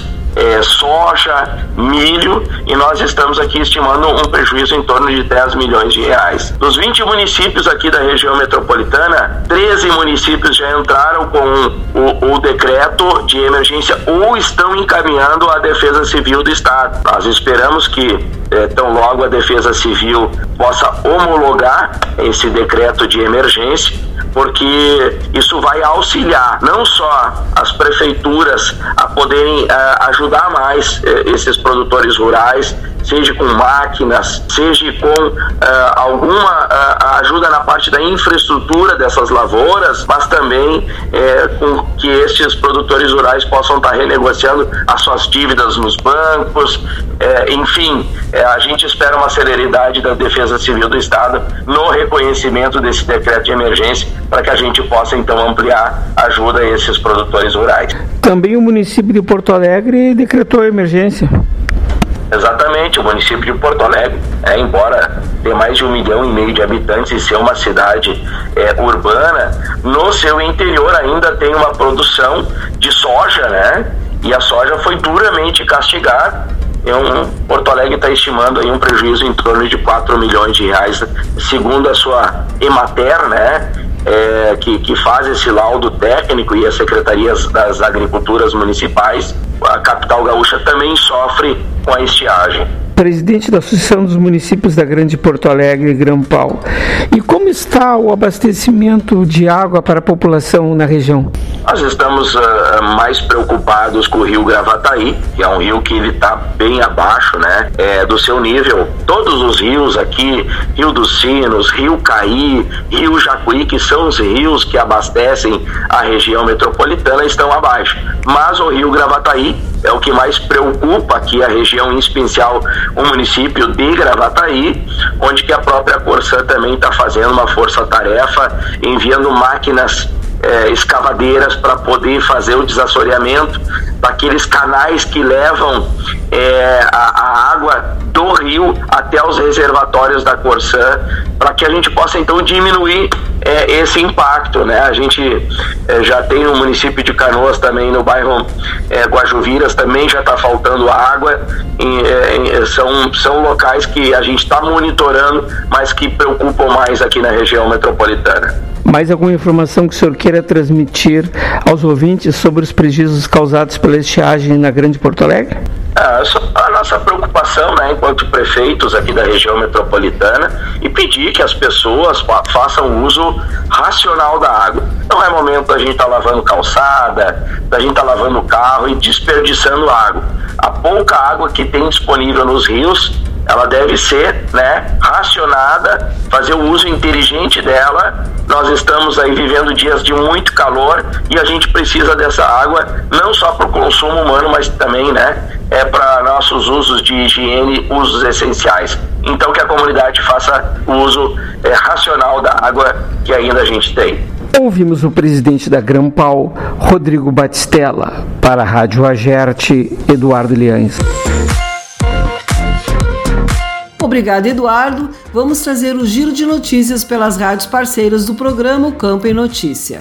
soja, milho, e nós estamos aqui estimando um prejuízo em torno de R$10 milhões. Dos 20 municípios aqui da região metropolitana, 13 municípios já entraram com o decreto de emergência ou estão encaminhando a Defesa Civil do Estado. Nós esperamos que tão logo a Defesa Civil possa homologar esse decreto de emergência, porque isso vai auxiliar não só as prefeituras a poderem ajudar mais esses produtores rurais, seja com máquinas, seja com alguma ajuda na parte da infraestrutura dessas lavouras, mas também com que esses produtores rurais possam estar renegociando as suas dívidas nos bancos. Enfim, a gente espera uma celeridade da Defesa Civil do Estado no reconhecimento desse decreto de emergência, para que a gente possa então ampliar a ajuda a esses produtores rurais. Também o município de Porto Alegre decretou a emergência. Exatamente, o município de Porto Alegre, embora ter mais de 1,5 milhão de habitantes e ser uma cidade urbana, no seu interior ainda tem uma produção de soja, né? E a soja foi duramente castigada. Porto Alegre está estimando aí um prejuízo em torno de 4 milhões de reais, segundo a sua Emater, né? Que faz esse laudo técnico, e as secretarias das agriculturas municipais. A capital gaúcha também sofre com a estiagem. Presidente da Associação dos Municípios da Grande Porto Alegre, Grampal. E como está o abastecimento de água para a população na região? Nós estamos mais preocupados com o rio Gravataí, que é um rio que ele está bem abaixo, né, do seu nível. Todos os rios aqui, Rio dos Sinos, Rio Caí, Rio Jacuí, que são os rios que abastecem a região metropolitana, estão abaixo. Mas o rio Gravataí é o que mais preocupa aqui a região, em especial o município de Gravataí, onde que a própria Corsã também está fazendo uma força-tarefa, enviando máquinas escavadeiras para poder fazer o desassoreamento daqueles canais que levam a água do rio até os reservatórios da Corsã, para que a gente possa então diminuir esse impacto, né? A gente já tem no município de Canoas também, no bairro Guajuviras, também já está faltando água. São locais que a gente está monitorando, mas que preocupam mais aqui na região metropolitana. Mais alguma informação que o senhor queira transmitir aos ouvintes sobre os prejuízos causados pela estiagem na Grande Porto Alegre? A nossa preocupação, né, enquanto prefeitos aqui da região metropolitana, e pedir que as pessoas façam uso racional da água. Não é momento da gente estar lavando calçada, da gente estar lavando o carro e desperdiçando água. A pouca água que tem disponível nos rios, ela deve ser, né, racionada, fazer o uso inteligente dela. Nós estamos aí vivendo dias de muito calor e a gente precisa dessa água, não só para o consumo humano, mas também, né, para nossos usos de higiene, usos essenciais. Então que a comunidade faça o uso racional da água que ainda a gente tem. Ouvimos o presidente da Grampal, Rodrigo Batistella. Para a Rádio Agerte, Eduardo Liães. Obrigado, Eduardo. Vamos trazer o giro de notícias pelas rádios parceiras do programa O Campo em Notícia.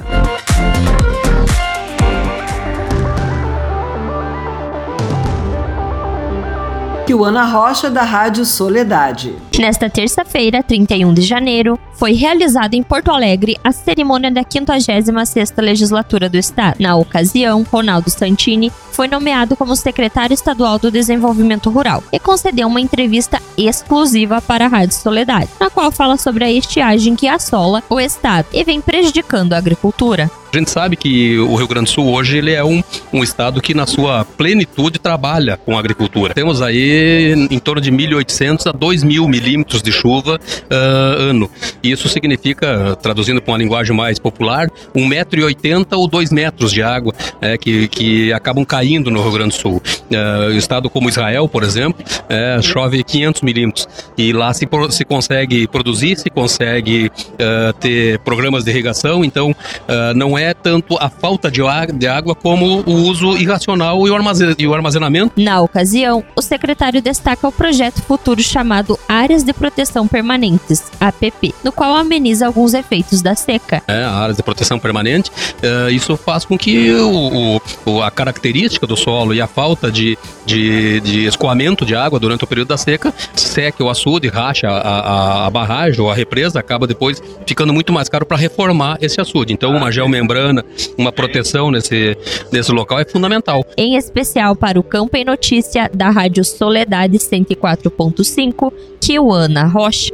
Ana Rocha, da Rádio Soledade. Nesta terça-feira, 31 de janeiro, foi realizada em Porto Alegre a cerimônia da 56ª Legislatura do Estado. Na ocasião, Ronaldo Santini foi nomeado como secretário estadual do Desenvolvimento Rural e concedeu uma entrevista exclusiva para a Rádio Soledade, na qual fala sobre a estiagem que assola o estado e vem prejudicando a agricultura. A gente sabe que o Rio Grande do Sul hoje ele é um estado que na sua plenitude trabalha com a agricultura. Temos aí em torno de 1.800 a 2.000 milímetros de chuva ano. Isso significa, traduzindo para uma linguagem mais popular, 1,80 m ou 2 metros de água que acabam caindo no Rio Grande do Sul. O estado como Israel, por exemplo, chove 500 milímetros e lá se consegue produzir, se consegue ter programas de irrigação, então não é tanto a falta de água como o uso irracional e o armazenamento. Na ocasião, o secretário destaca o projeto futuro chamado Áreas de Proteção Permanentes, APP, no qual ameniza alguns efeitos da seca. Áreas de proteção permanente, isso faz com que a característica do solo e a falta de escoamento de água durante o período da seca seque o açude, racha a barragem ou a represa, acaba depois ficando muito mais caro para reformar esse açude. Então uma geomembrana, uma proteção nesse local é fundamental. Em especial para o Campo em Notícia da Rádio Soledade 104.5, Ana Rocha.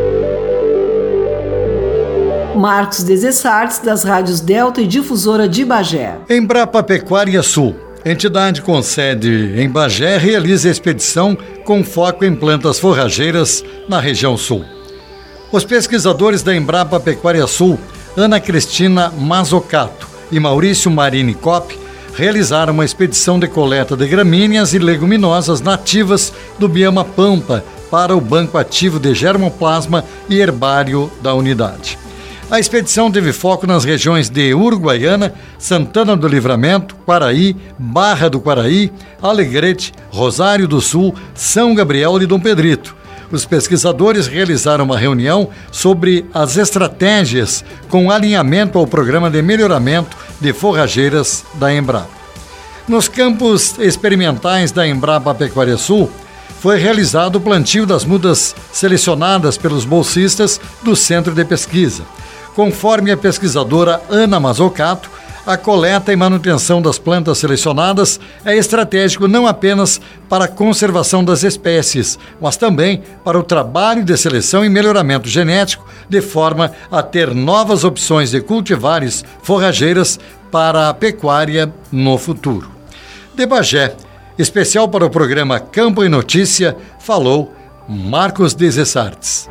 Marcos Desessartes, das rádios Delta e Difusora de Bagé. Embrapa Pecuária Sul, entidade com sede em Bagé, realiza expedição com foco em plantas forrageiras na região sul. Os pesquisadores da Embrapa Pecuária Sul, Ana Cristina Mazzocato e Maurício Marini Kopp, realizaram uma expedição de coleta de gramíneas e leguminosas nativas do bioma Pampa para o Banco Ativo de Germoplasma e Herbário da unidade. A expedição teve foco nas regiões de Uruguaiana, Santana do Livramento, Quaraí, Barra do Quaraí, Alegrete, Rosário do Sul, São Gabriel e Dom Pedrito. Os pesquisadores realizaram uma reunião sobre as estratégias com alinhamento ao programa de melhoramento de forrageiras da Embrapa. Nos campos experimentais da Embrapa Pecuária Sul, foi realizado o plantio das mudas selecionadas pelos bolsistas do Centro de Pesquisa. Conforme a pesquisadora Ana Mazzocato, a coleta e manutenção das plantas selecionadas é estratégico não apenas para a conservação das espécies, mas também para o trabalho de seleção e melhoramento genético, de forma a ter novas opções de cultivares forrageiras para a pecuária no futuro. De Bagé, especial para o programa Campo e Notícia, falou Marcos Desessartes.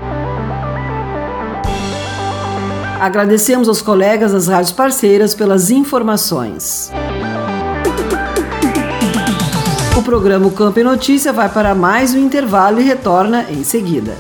Agradecemos aos colegas das rádios parceiras pelas informações. O programa Campo e Notícia vai para mais um intervalo e retorna em seguida.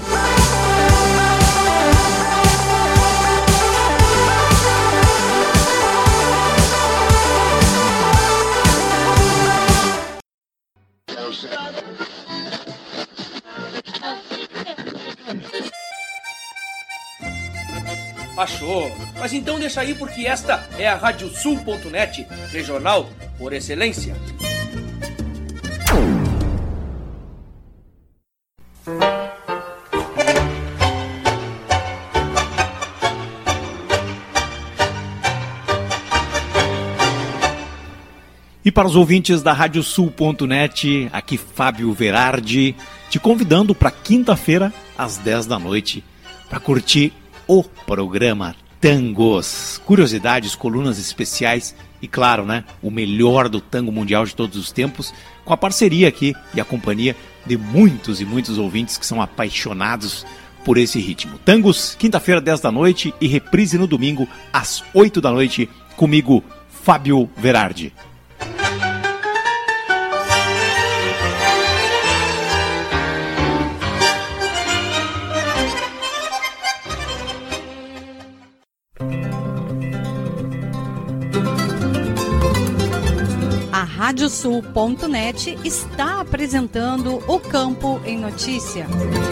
Achou? Mas então deixa aí porque esta é a radiosul.net, regional por excelência. E para os ouvintes da radiosul.net, aqui Fábio Verardi, te convidando para quinta-feira, às 10 da noite, para curtir o programa Tangos. Curiosidades, colunas especiais e, claro, né, o melhor do tango mundial de todos os tempos, com a parceria aqui e a companhia de muitos e muitos ouvintes que são apaixonados por esse ritmo. Tangos, quinta-feira, 10 da noite e reprise no domingo, às 8 da noite, comigo, Fábio Verardi. A radiosul.net está apresentando o Campo em Notícia.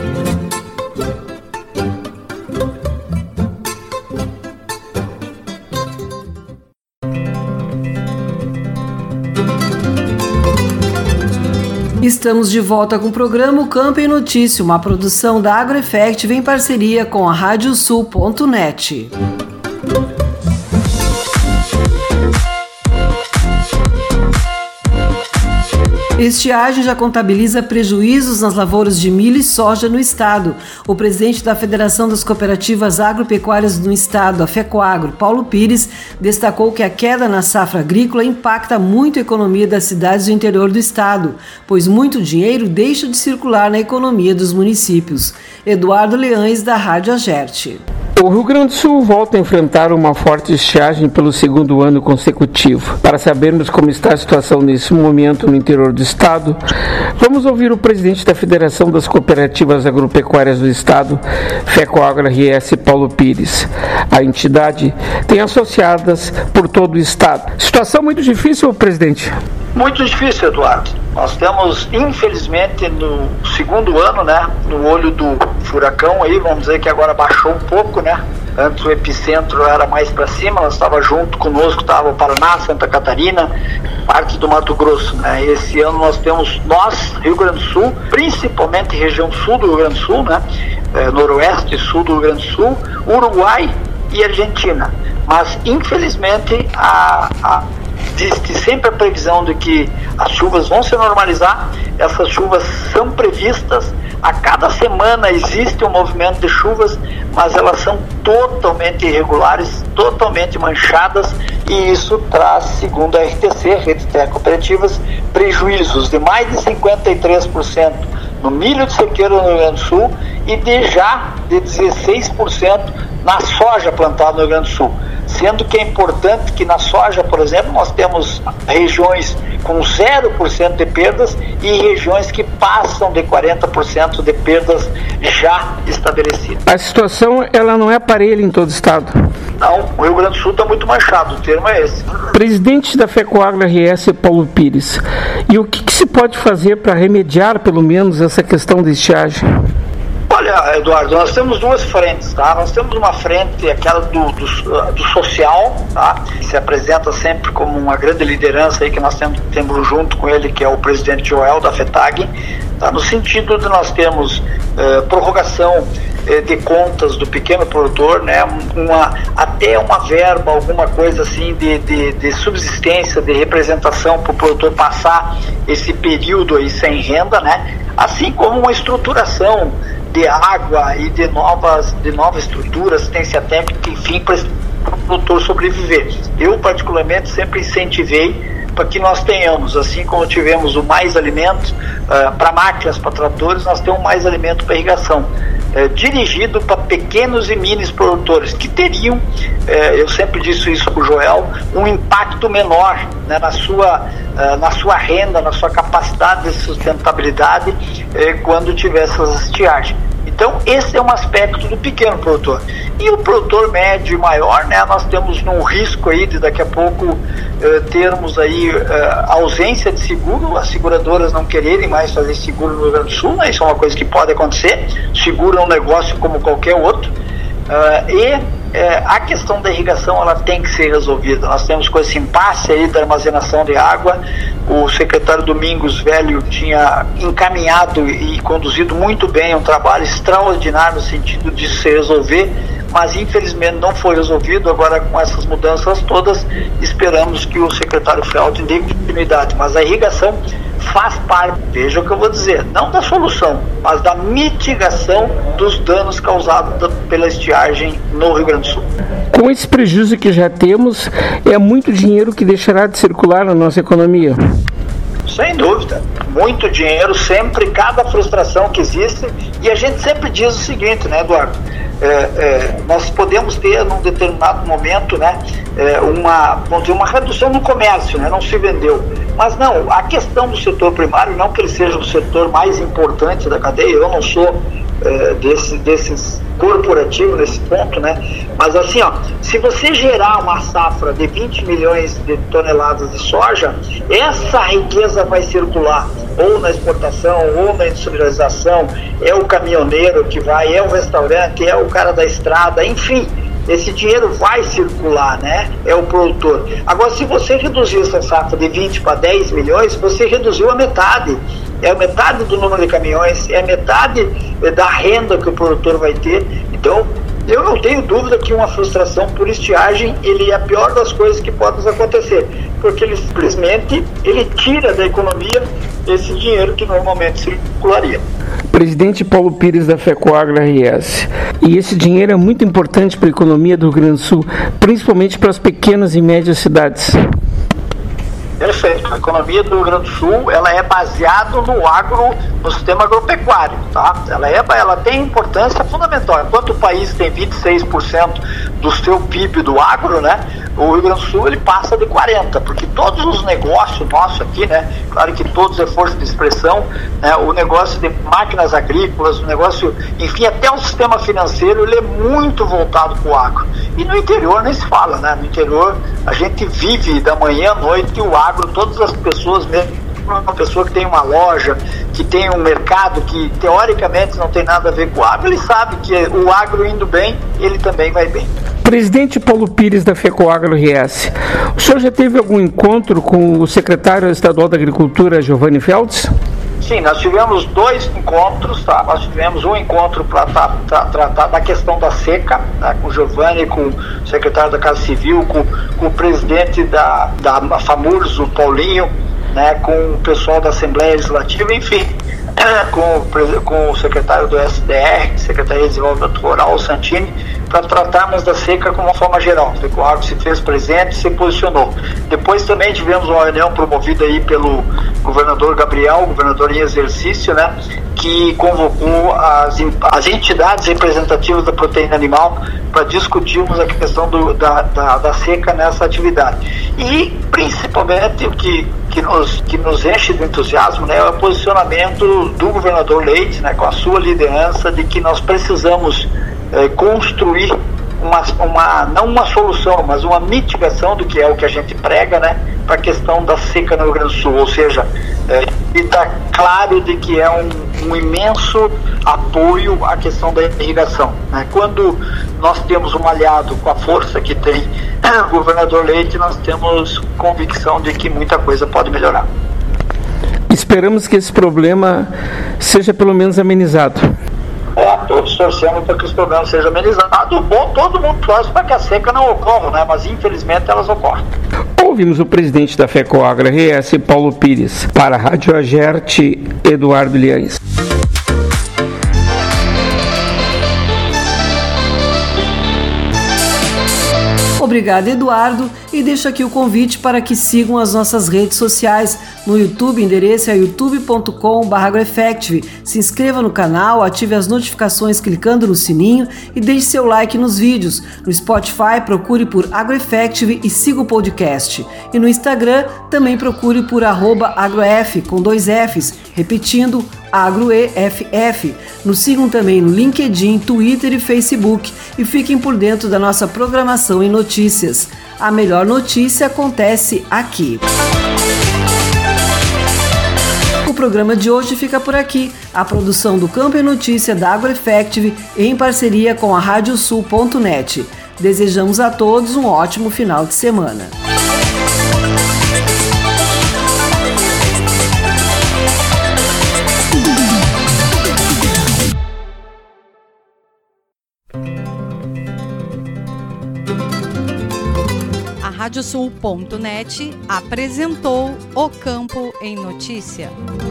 Estamos de volta com o programa Campo em Notícia, uma produção da AgroEffect em parceria com a radiosul.net. Estiagem já contabiliza prejuízos nas lavouras de milho e soja no estado. O presidente da Federação das Cooperativas Agropecuárias no estado, a FECOAGRO, Paulo Pires, destacou que a queda na safra agrícola impacta muito a economia das cidades do interior do estado, pois muito dinheiro deixa de circular na economia dos municípios. Eduardo Leães, da Rádio Agerte. O Rio Grande do Sul volta a enfrentar uma forte estiagem pelo segundo ano consecutivo. Para sabermos como está a situação nesse momento no interior do estado, vamos ouvir o presidente da Federação das Cooperativas Agropecuárias do estado, FECOAGRO-RS, Paulo Pires. A entidade tem associadas por todo o estado. Situação muito difícil, presidente? Muito difícil, Eduardo. Nós temos, infelizmente, no segundo ano, né, no olho do furacão aí, vamos dizer que agora baixou um pouco, né? Antes o epicentro era mais para cima, nós estava junto conosco, estava o Paraná, Santa Catarina, parte do Mato Grosso, né? Esse ano nós temos, Rio Grande do Sul, principalmente região sul do Rio Grande do Sul, né? Noroeste e sul do Rio Grande do Sul, Uruguai e Argentina. Mas, infelizmente, existe sempre a previsão de que as chuvas vão se normalizar. Essas chuvas são previstas, a cada semana existe um movimento de chuvas, mas elas são totalmente irregulares, totalmente manchadas, e isso traz, segundo a RTC, Rede de Cooperativas, prejuízos de mais de 53% no milho de sequeiro no Rio Grande do Sul e de 16% na soja plantada no Rio Grande do Sul. Sendo que é importante que na soja, por exemplo, nós temos regiões com 0% de perdas e regiões que passam de 40% de perdas já estabelecidas. A situação, ela não é parelha em todo o estado? Não, o Rio Grande do Sul está muito manchado, o termo é esse. Presidente da FECOAGRO-RS, Paulo Pires, e o que se pode fazer para remediar, pelo menos, essa questão da estiagem? Olha, Eduardo, nós temos duas frentes, tá? Nós temos uma frente, aquela do social, tá? Que se apresenta sempre como uma grande liderança aí que nós temos junto com ele, que é o presidente Joel da FETAG, tá? No sentido de nós termos prorrogação de contas do pequeno produtor, né? Até uma verba, alguma coisa assim de subsistência, de representação para o produtor passar esse período aí sem renda, né? Assim como uma estruturação de água e de nova estrutura, assistência técnica, enfim, para o produtor sobreviver. Eu, particularmente, sempre incentivei para que nós tenhamos, assim como tivemos o Mais Alimento para máquinas, para tratores, nós temos mais alimento para irrigação, dirigido para pequenos e mini produtores, que teriam, eu sempre disse isso para o Joel, um impacto menor, né, na sua renda, na sua capacidade de sustentabilidade, quando tiver essas estiagens. Então, esse é um aspecto do pequeno produtor. E o produtor médio e maior, né, nós temos um risco aí de daqui a pouco termos aí ausência de seguro, as seguradoras não quererem mais fazer seguro no Rio Grande do Sul, né, isso é uma coisa que pode acontecer, seguro é um negócio como qualquer outro, a questão da irrigação ela tem que ser resolvida. Nós temos com esse impasse aí da armazenação de água. O secretário Domingos Velho tinha encaminhado e conduzido muito bem um trabalho extraordinário no sentido de se resolver, mas infelizmente não foi resolvido. Agora, com essas mudanças todas, esperamos que o secretário Felton dê continuidade, mas a irrigação faz parte, veja o que eu vou dizer, não da solução, mas da mitigação dos danos causados pela estiagem no Rio Grande do Sul. Com esse prejuízo que já temos, é muito dinheiro que deixará de circular na nossa economia. Sem dúvida, muito dinheiro sempre, cada frustração que existe, e a gente sempre diz o seguinte, né, Eduardo? Nós podemos ter num determinado momento, né, uma redução no comércio, né, não se vendeu, mas não, a questão do setor primário, não que ele seja o setor mais importante da cadeia, eu não sou desses corporativos nesse ponto, né, mas assim, ó, se você gerar uma safra de 20 milhões de toneladas de soja, essa riqueza vai circular ou na exportação, ou na industrialização, é o caminhoneiro que vai, é o restaurante, é o cara da estrada, enfim, esse dinheiro vai circular, né? É o produtor. Agora, se você reduzir essa safra de 20 para 10 milhões, você reduziu a metade. É a metade do número de caminhões, é a metade da renda que o produtor vai ter. Então, eu não tenho dúvida que uma frustração por estiagem, ele é a pior das coisas que podem acontecer, porque ele simplesmente tira da economia esse dinheiro que normalmente circularia. Presidente Paulo Pires da FECOAGRO RS. E esse dinheiro é muito importante para a economia do Rio Grande do Sul, principalmente para as pequenas e médias cidades. Perfeito. A economia do Rio Grande do Sul, ela é baseada no sistema agropecuário, tá? Ela tem importância fundamental. Enquanto o país tem 26% do seu PIB do agro, né? O Rio Grande do Sul, ele passa de 40%, porque todos os negócios nossos aqui, né? Claro que todos é força de expressão, né? O negócio de máquinas agrícolas, o negócio, enfim, até o sistema financeiro, ele é muito voltado para o agro. E no interior nem se fala, né? No interior, a gente vive da manhã à noite o agro, todas as pessoas, mesmo uma pessoa que tem uma loja, que tem um mercado que teoricamente não tem nada a ver com o agro, ele sabe que o agro indo bem, ele também vai bem. Presidente Paulo Pires da FECOAGRO RS, o senhor já teve algum encontro com o secretário estadual da Agricultura, Giovanni Feltz? Sim, nós tivemos 2 encontros, tá? Nós tivemos um encontro para tratar da questão da seca, tá? Com o Giovanni, com o secretário da Casa Civil, com o presidente da FAMURS, o Paulinho, né? Com o pessoal da Assembleia Legislativa, enfim, com o secretário do SDR, Secretaria de Desenvolvimento Rural, o Santini, para tratarmos da seca como uma forma geral. O FECOAGRO se fez presente, se posicionou. Depois também tivemos uma reunião promovida aí pelo governador Gabriel, governador em exercício, né, que convocou as entidades representativas da proteína animal para discutirmos a questão da seca nessa atividade. E, principalmente, o que nos enche de entusiasmo, né, é o posicionamento do governador Leite, né, com a sua liderança, de que nós precisamos construir não uma solução, mas uma mitigação do que é o que a gente prega, né, para a questão da seca no Rio Grande do Sul, ou seja, e está claro de que é um imenso apoio à questão da irrigação, né? Quando nós temos um aliado com a força que tem o governador Leite, nós temos convicção de que muita coisa pode melhorar. Esperamos que esse problema seja pelo menos amenizado. Todos torcemos para que os problemas sejam amenizados. Bom, todo mundo torce para que a seca não ocorra, né? Mas infelizmente elas ocorrem. Ouvimos o presidente da FECOAGRA RS, Paulo Pires. Para a Rádio Agerte, Eduardo Liães. Obrigado, Eduardo, e deixo aqui o convite para que sigam as nossas redes sociais. No YouTube, o endereço é youtube.com/agroeffective. Se inscreva no canal, ative as notificações clicando no sininho e deixe seu like nos vídeos. No Spotify, procure por AgroEffective e siga o podcast. E no Instagram, também procure por @agroeff, com 2 Fs, repetindo, AgroEFF. Nos sigam também no LinkedIn, Twitter e Facebook e fiquem por dentro da nossa programação e notícias. A melhor notícia acontece aqui. O programa de hoje fica por aqui. A produção do Campo e Notícia da AgroEffective em parceria com a Radiosul.net. Desejamos a todos um ótimo final de semana. A Radiosul.net apresentou o Campo em Notícia.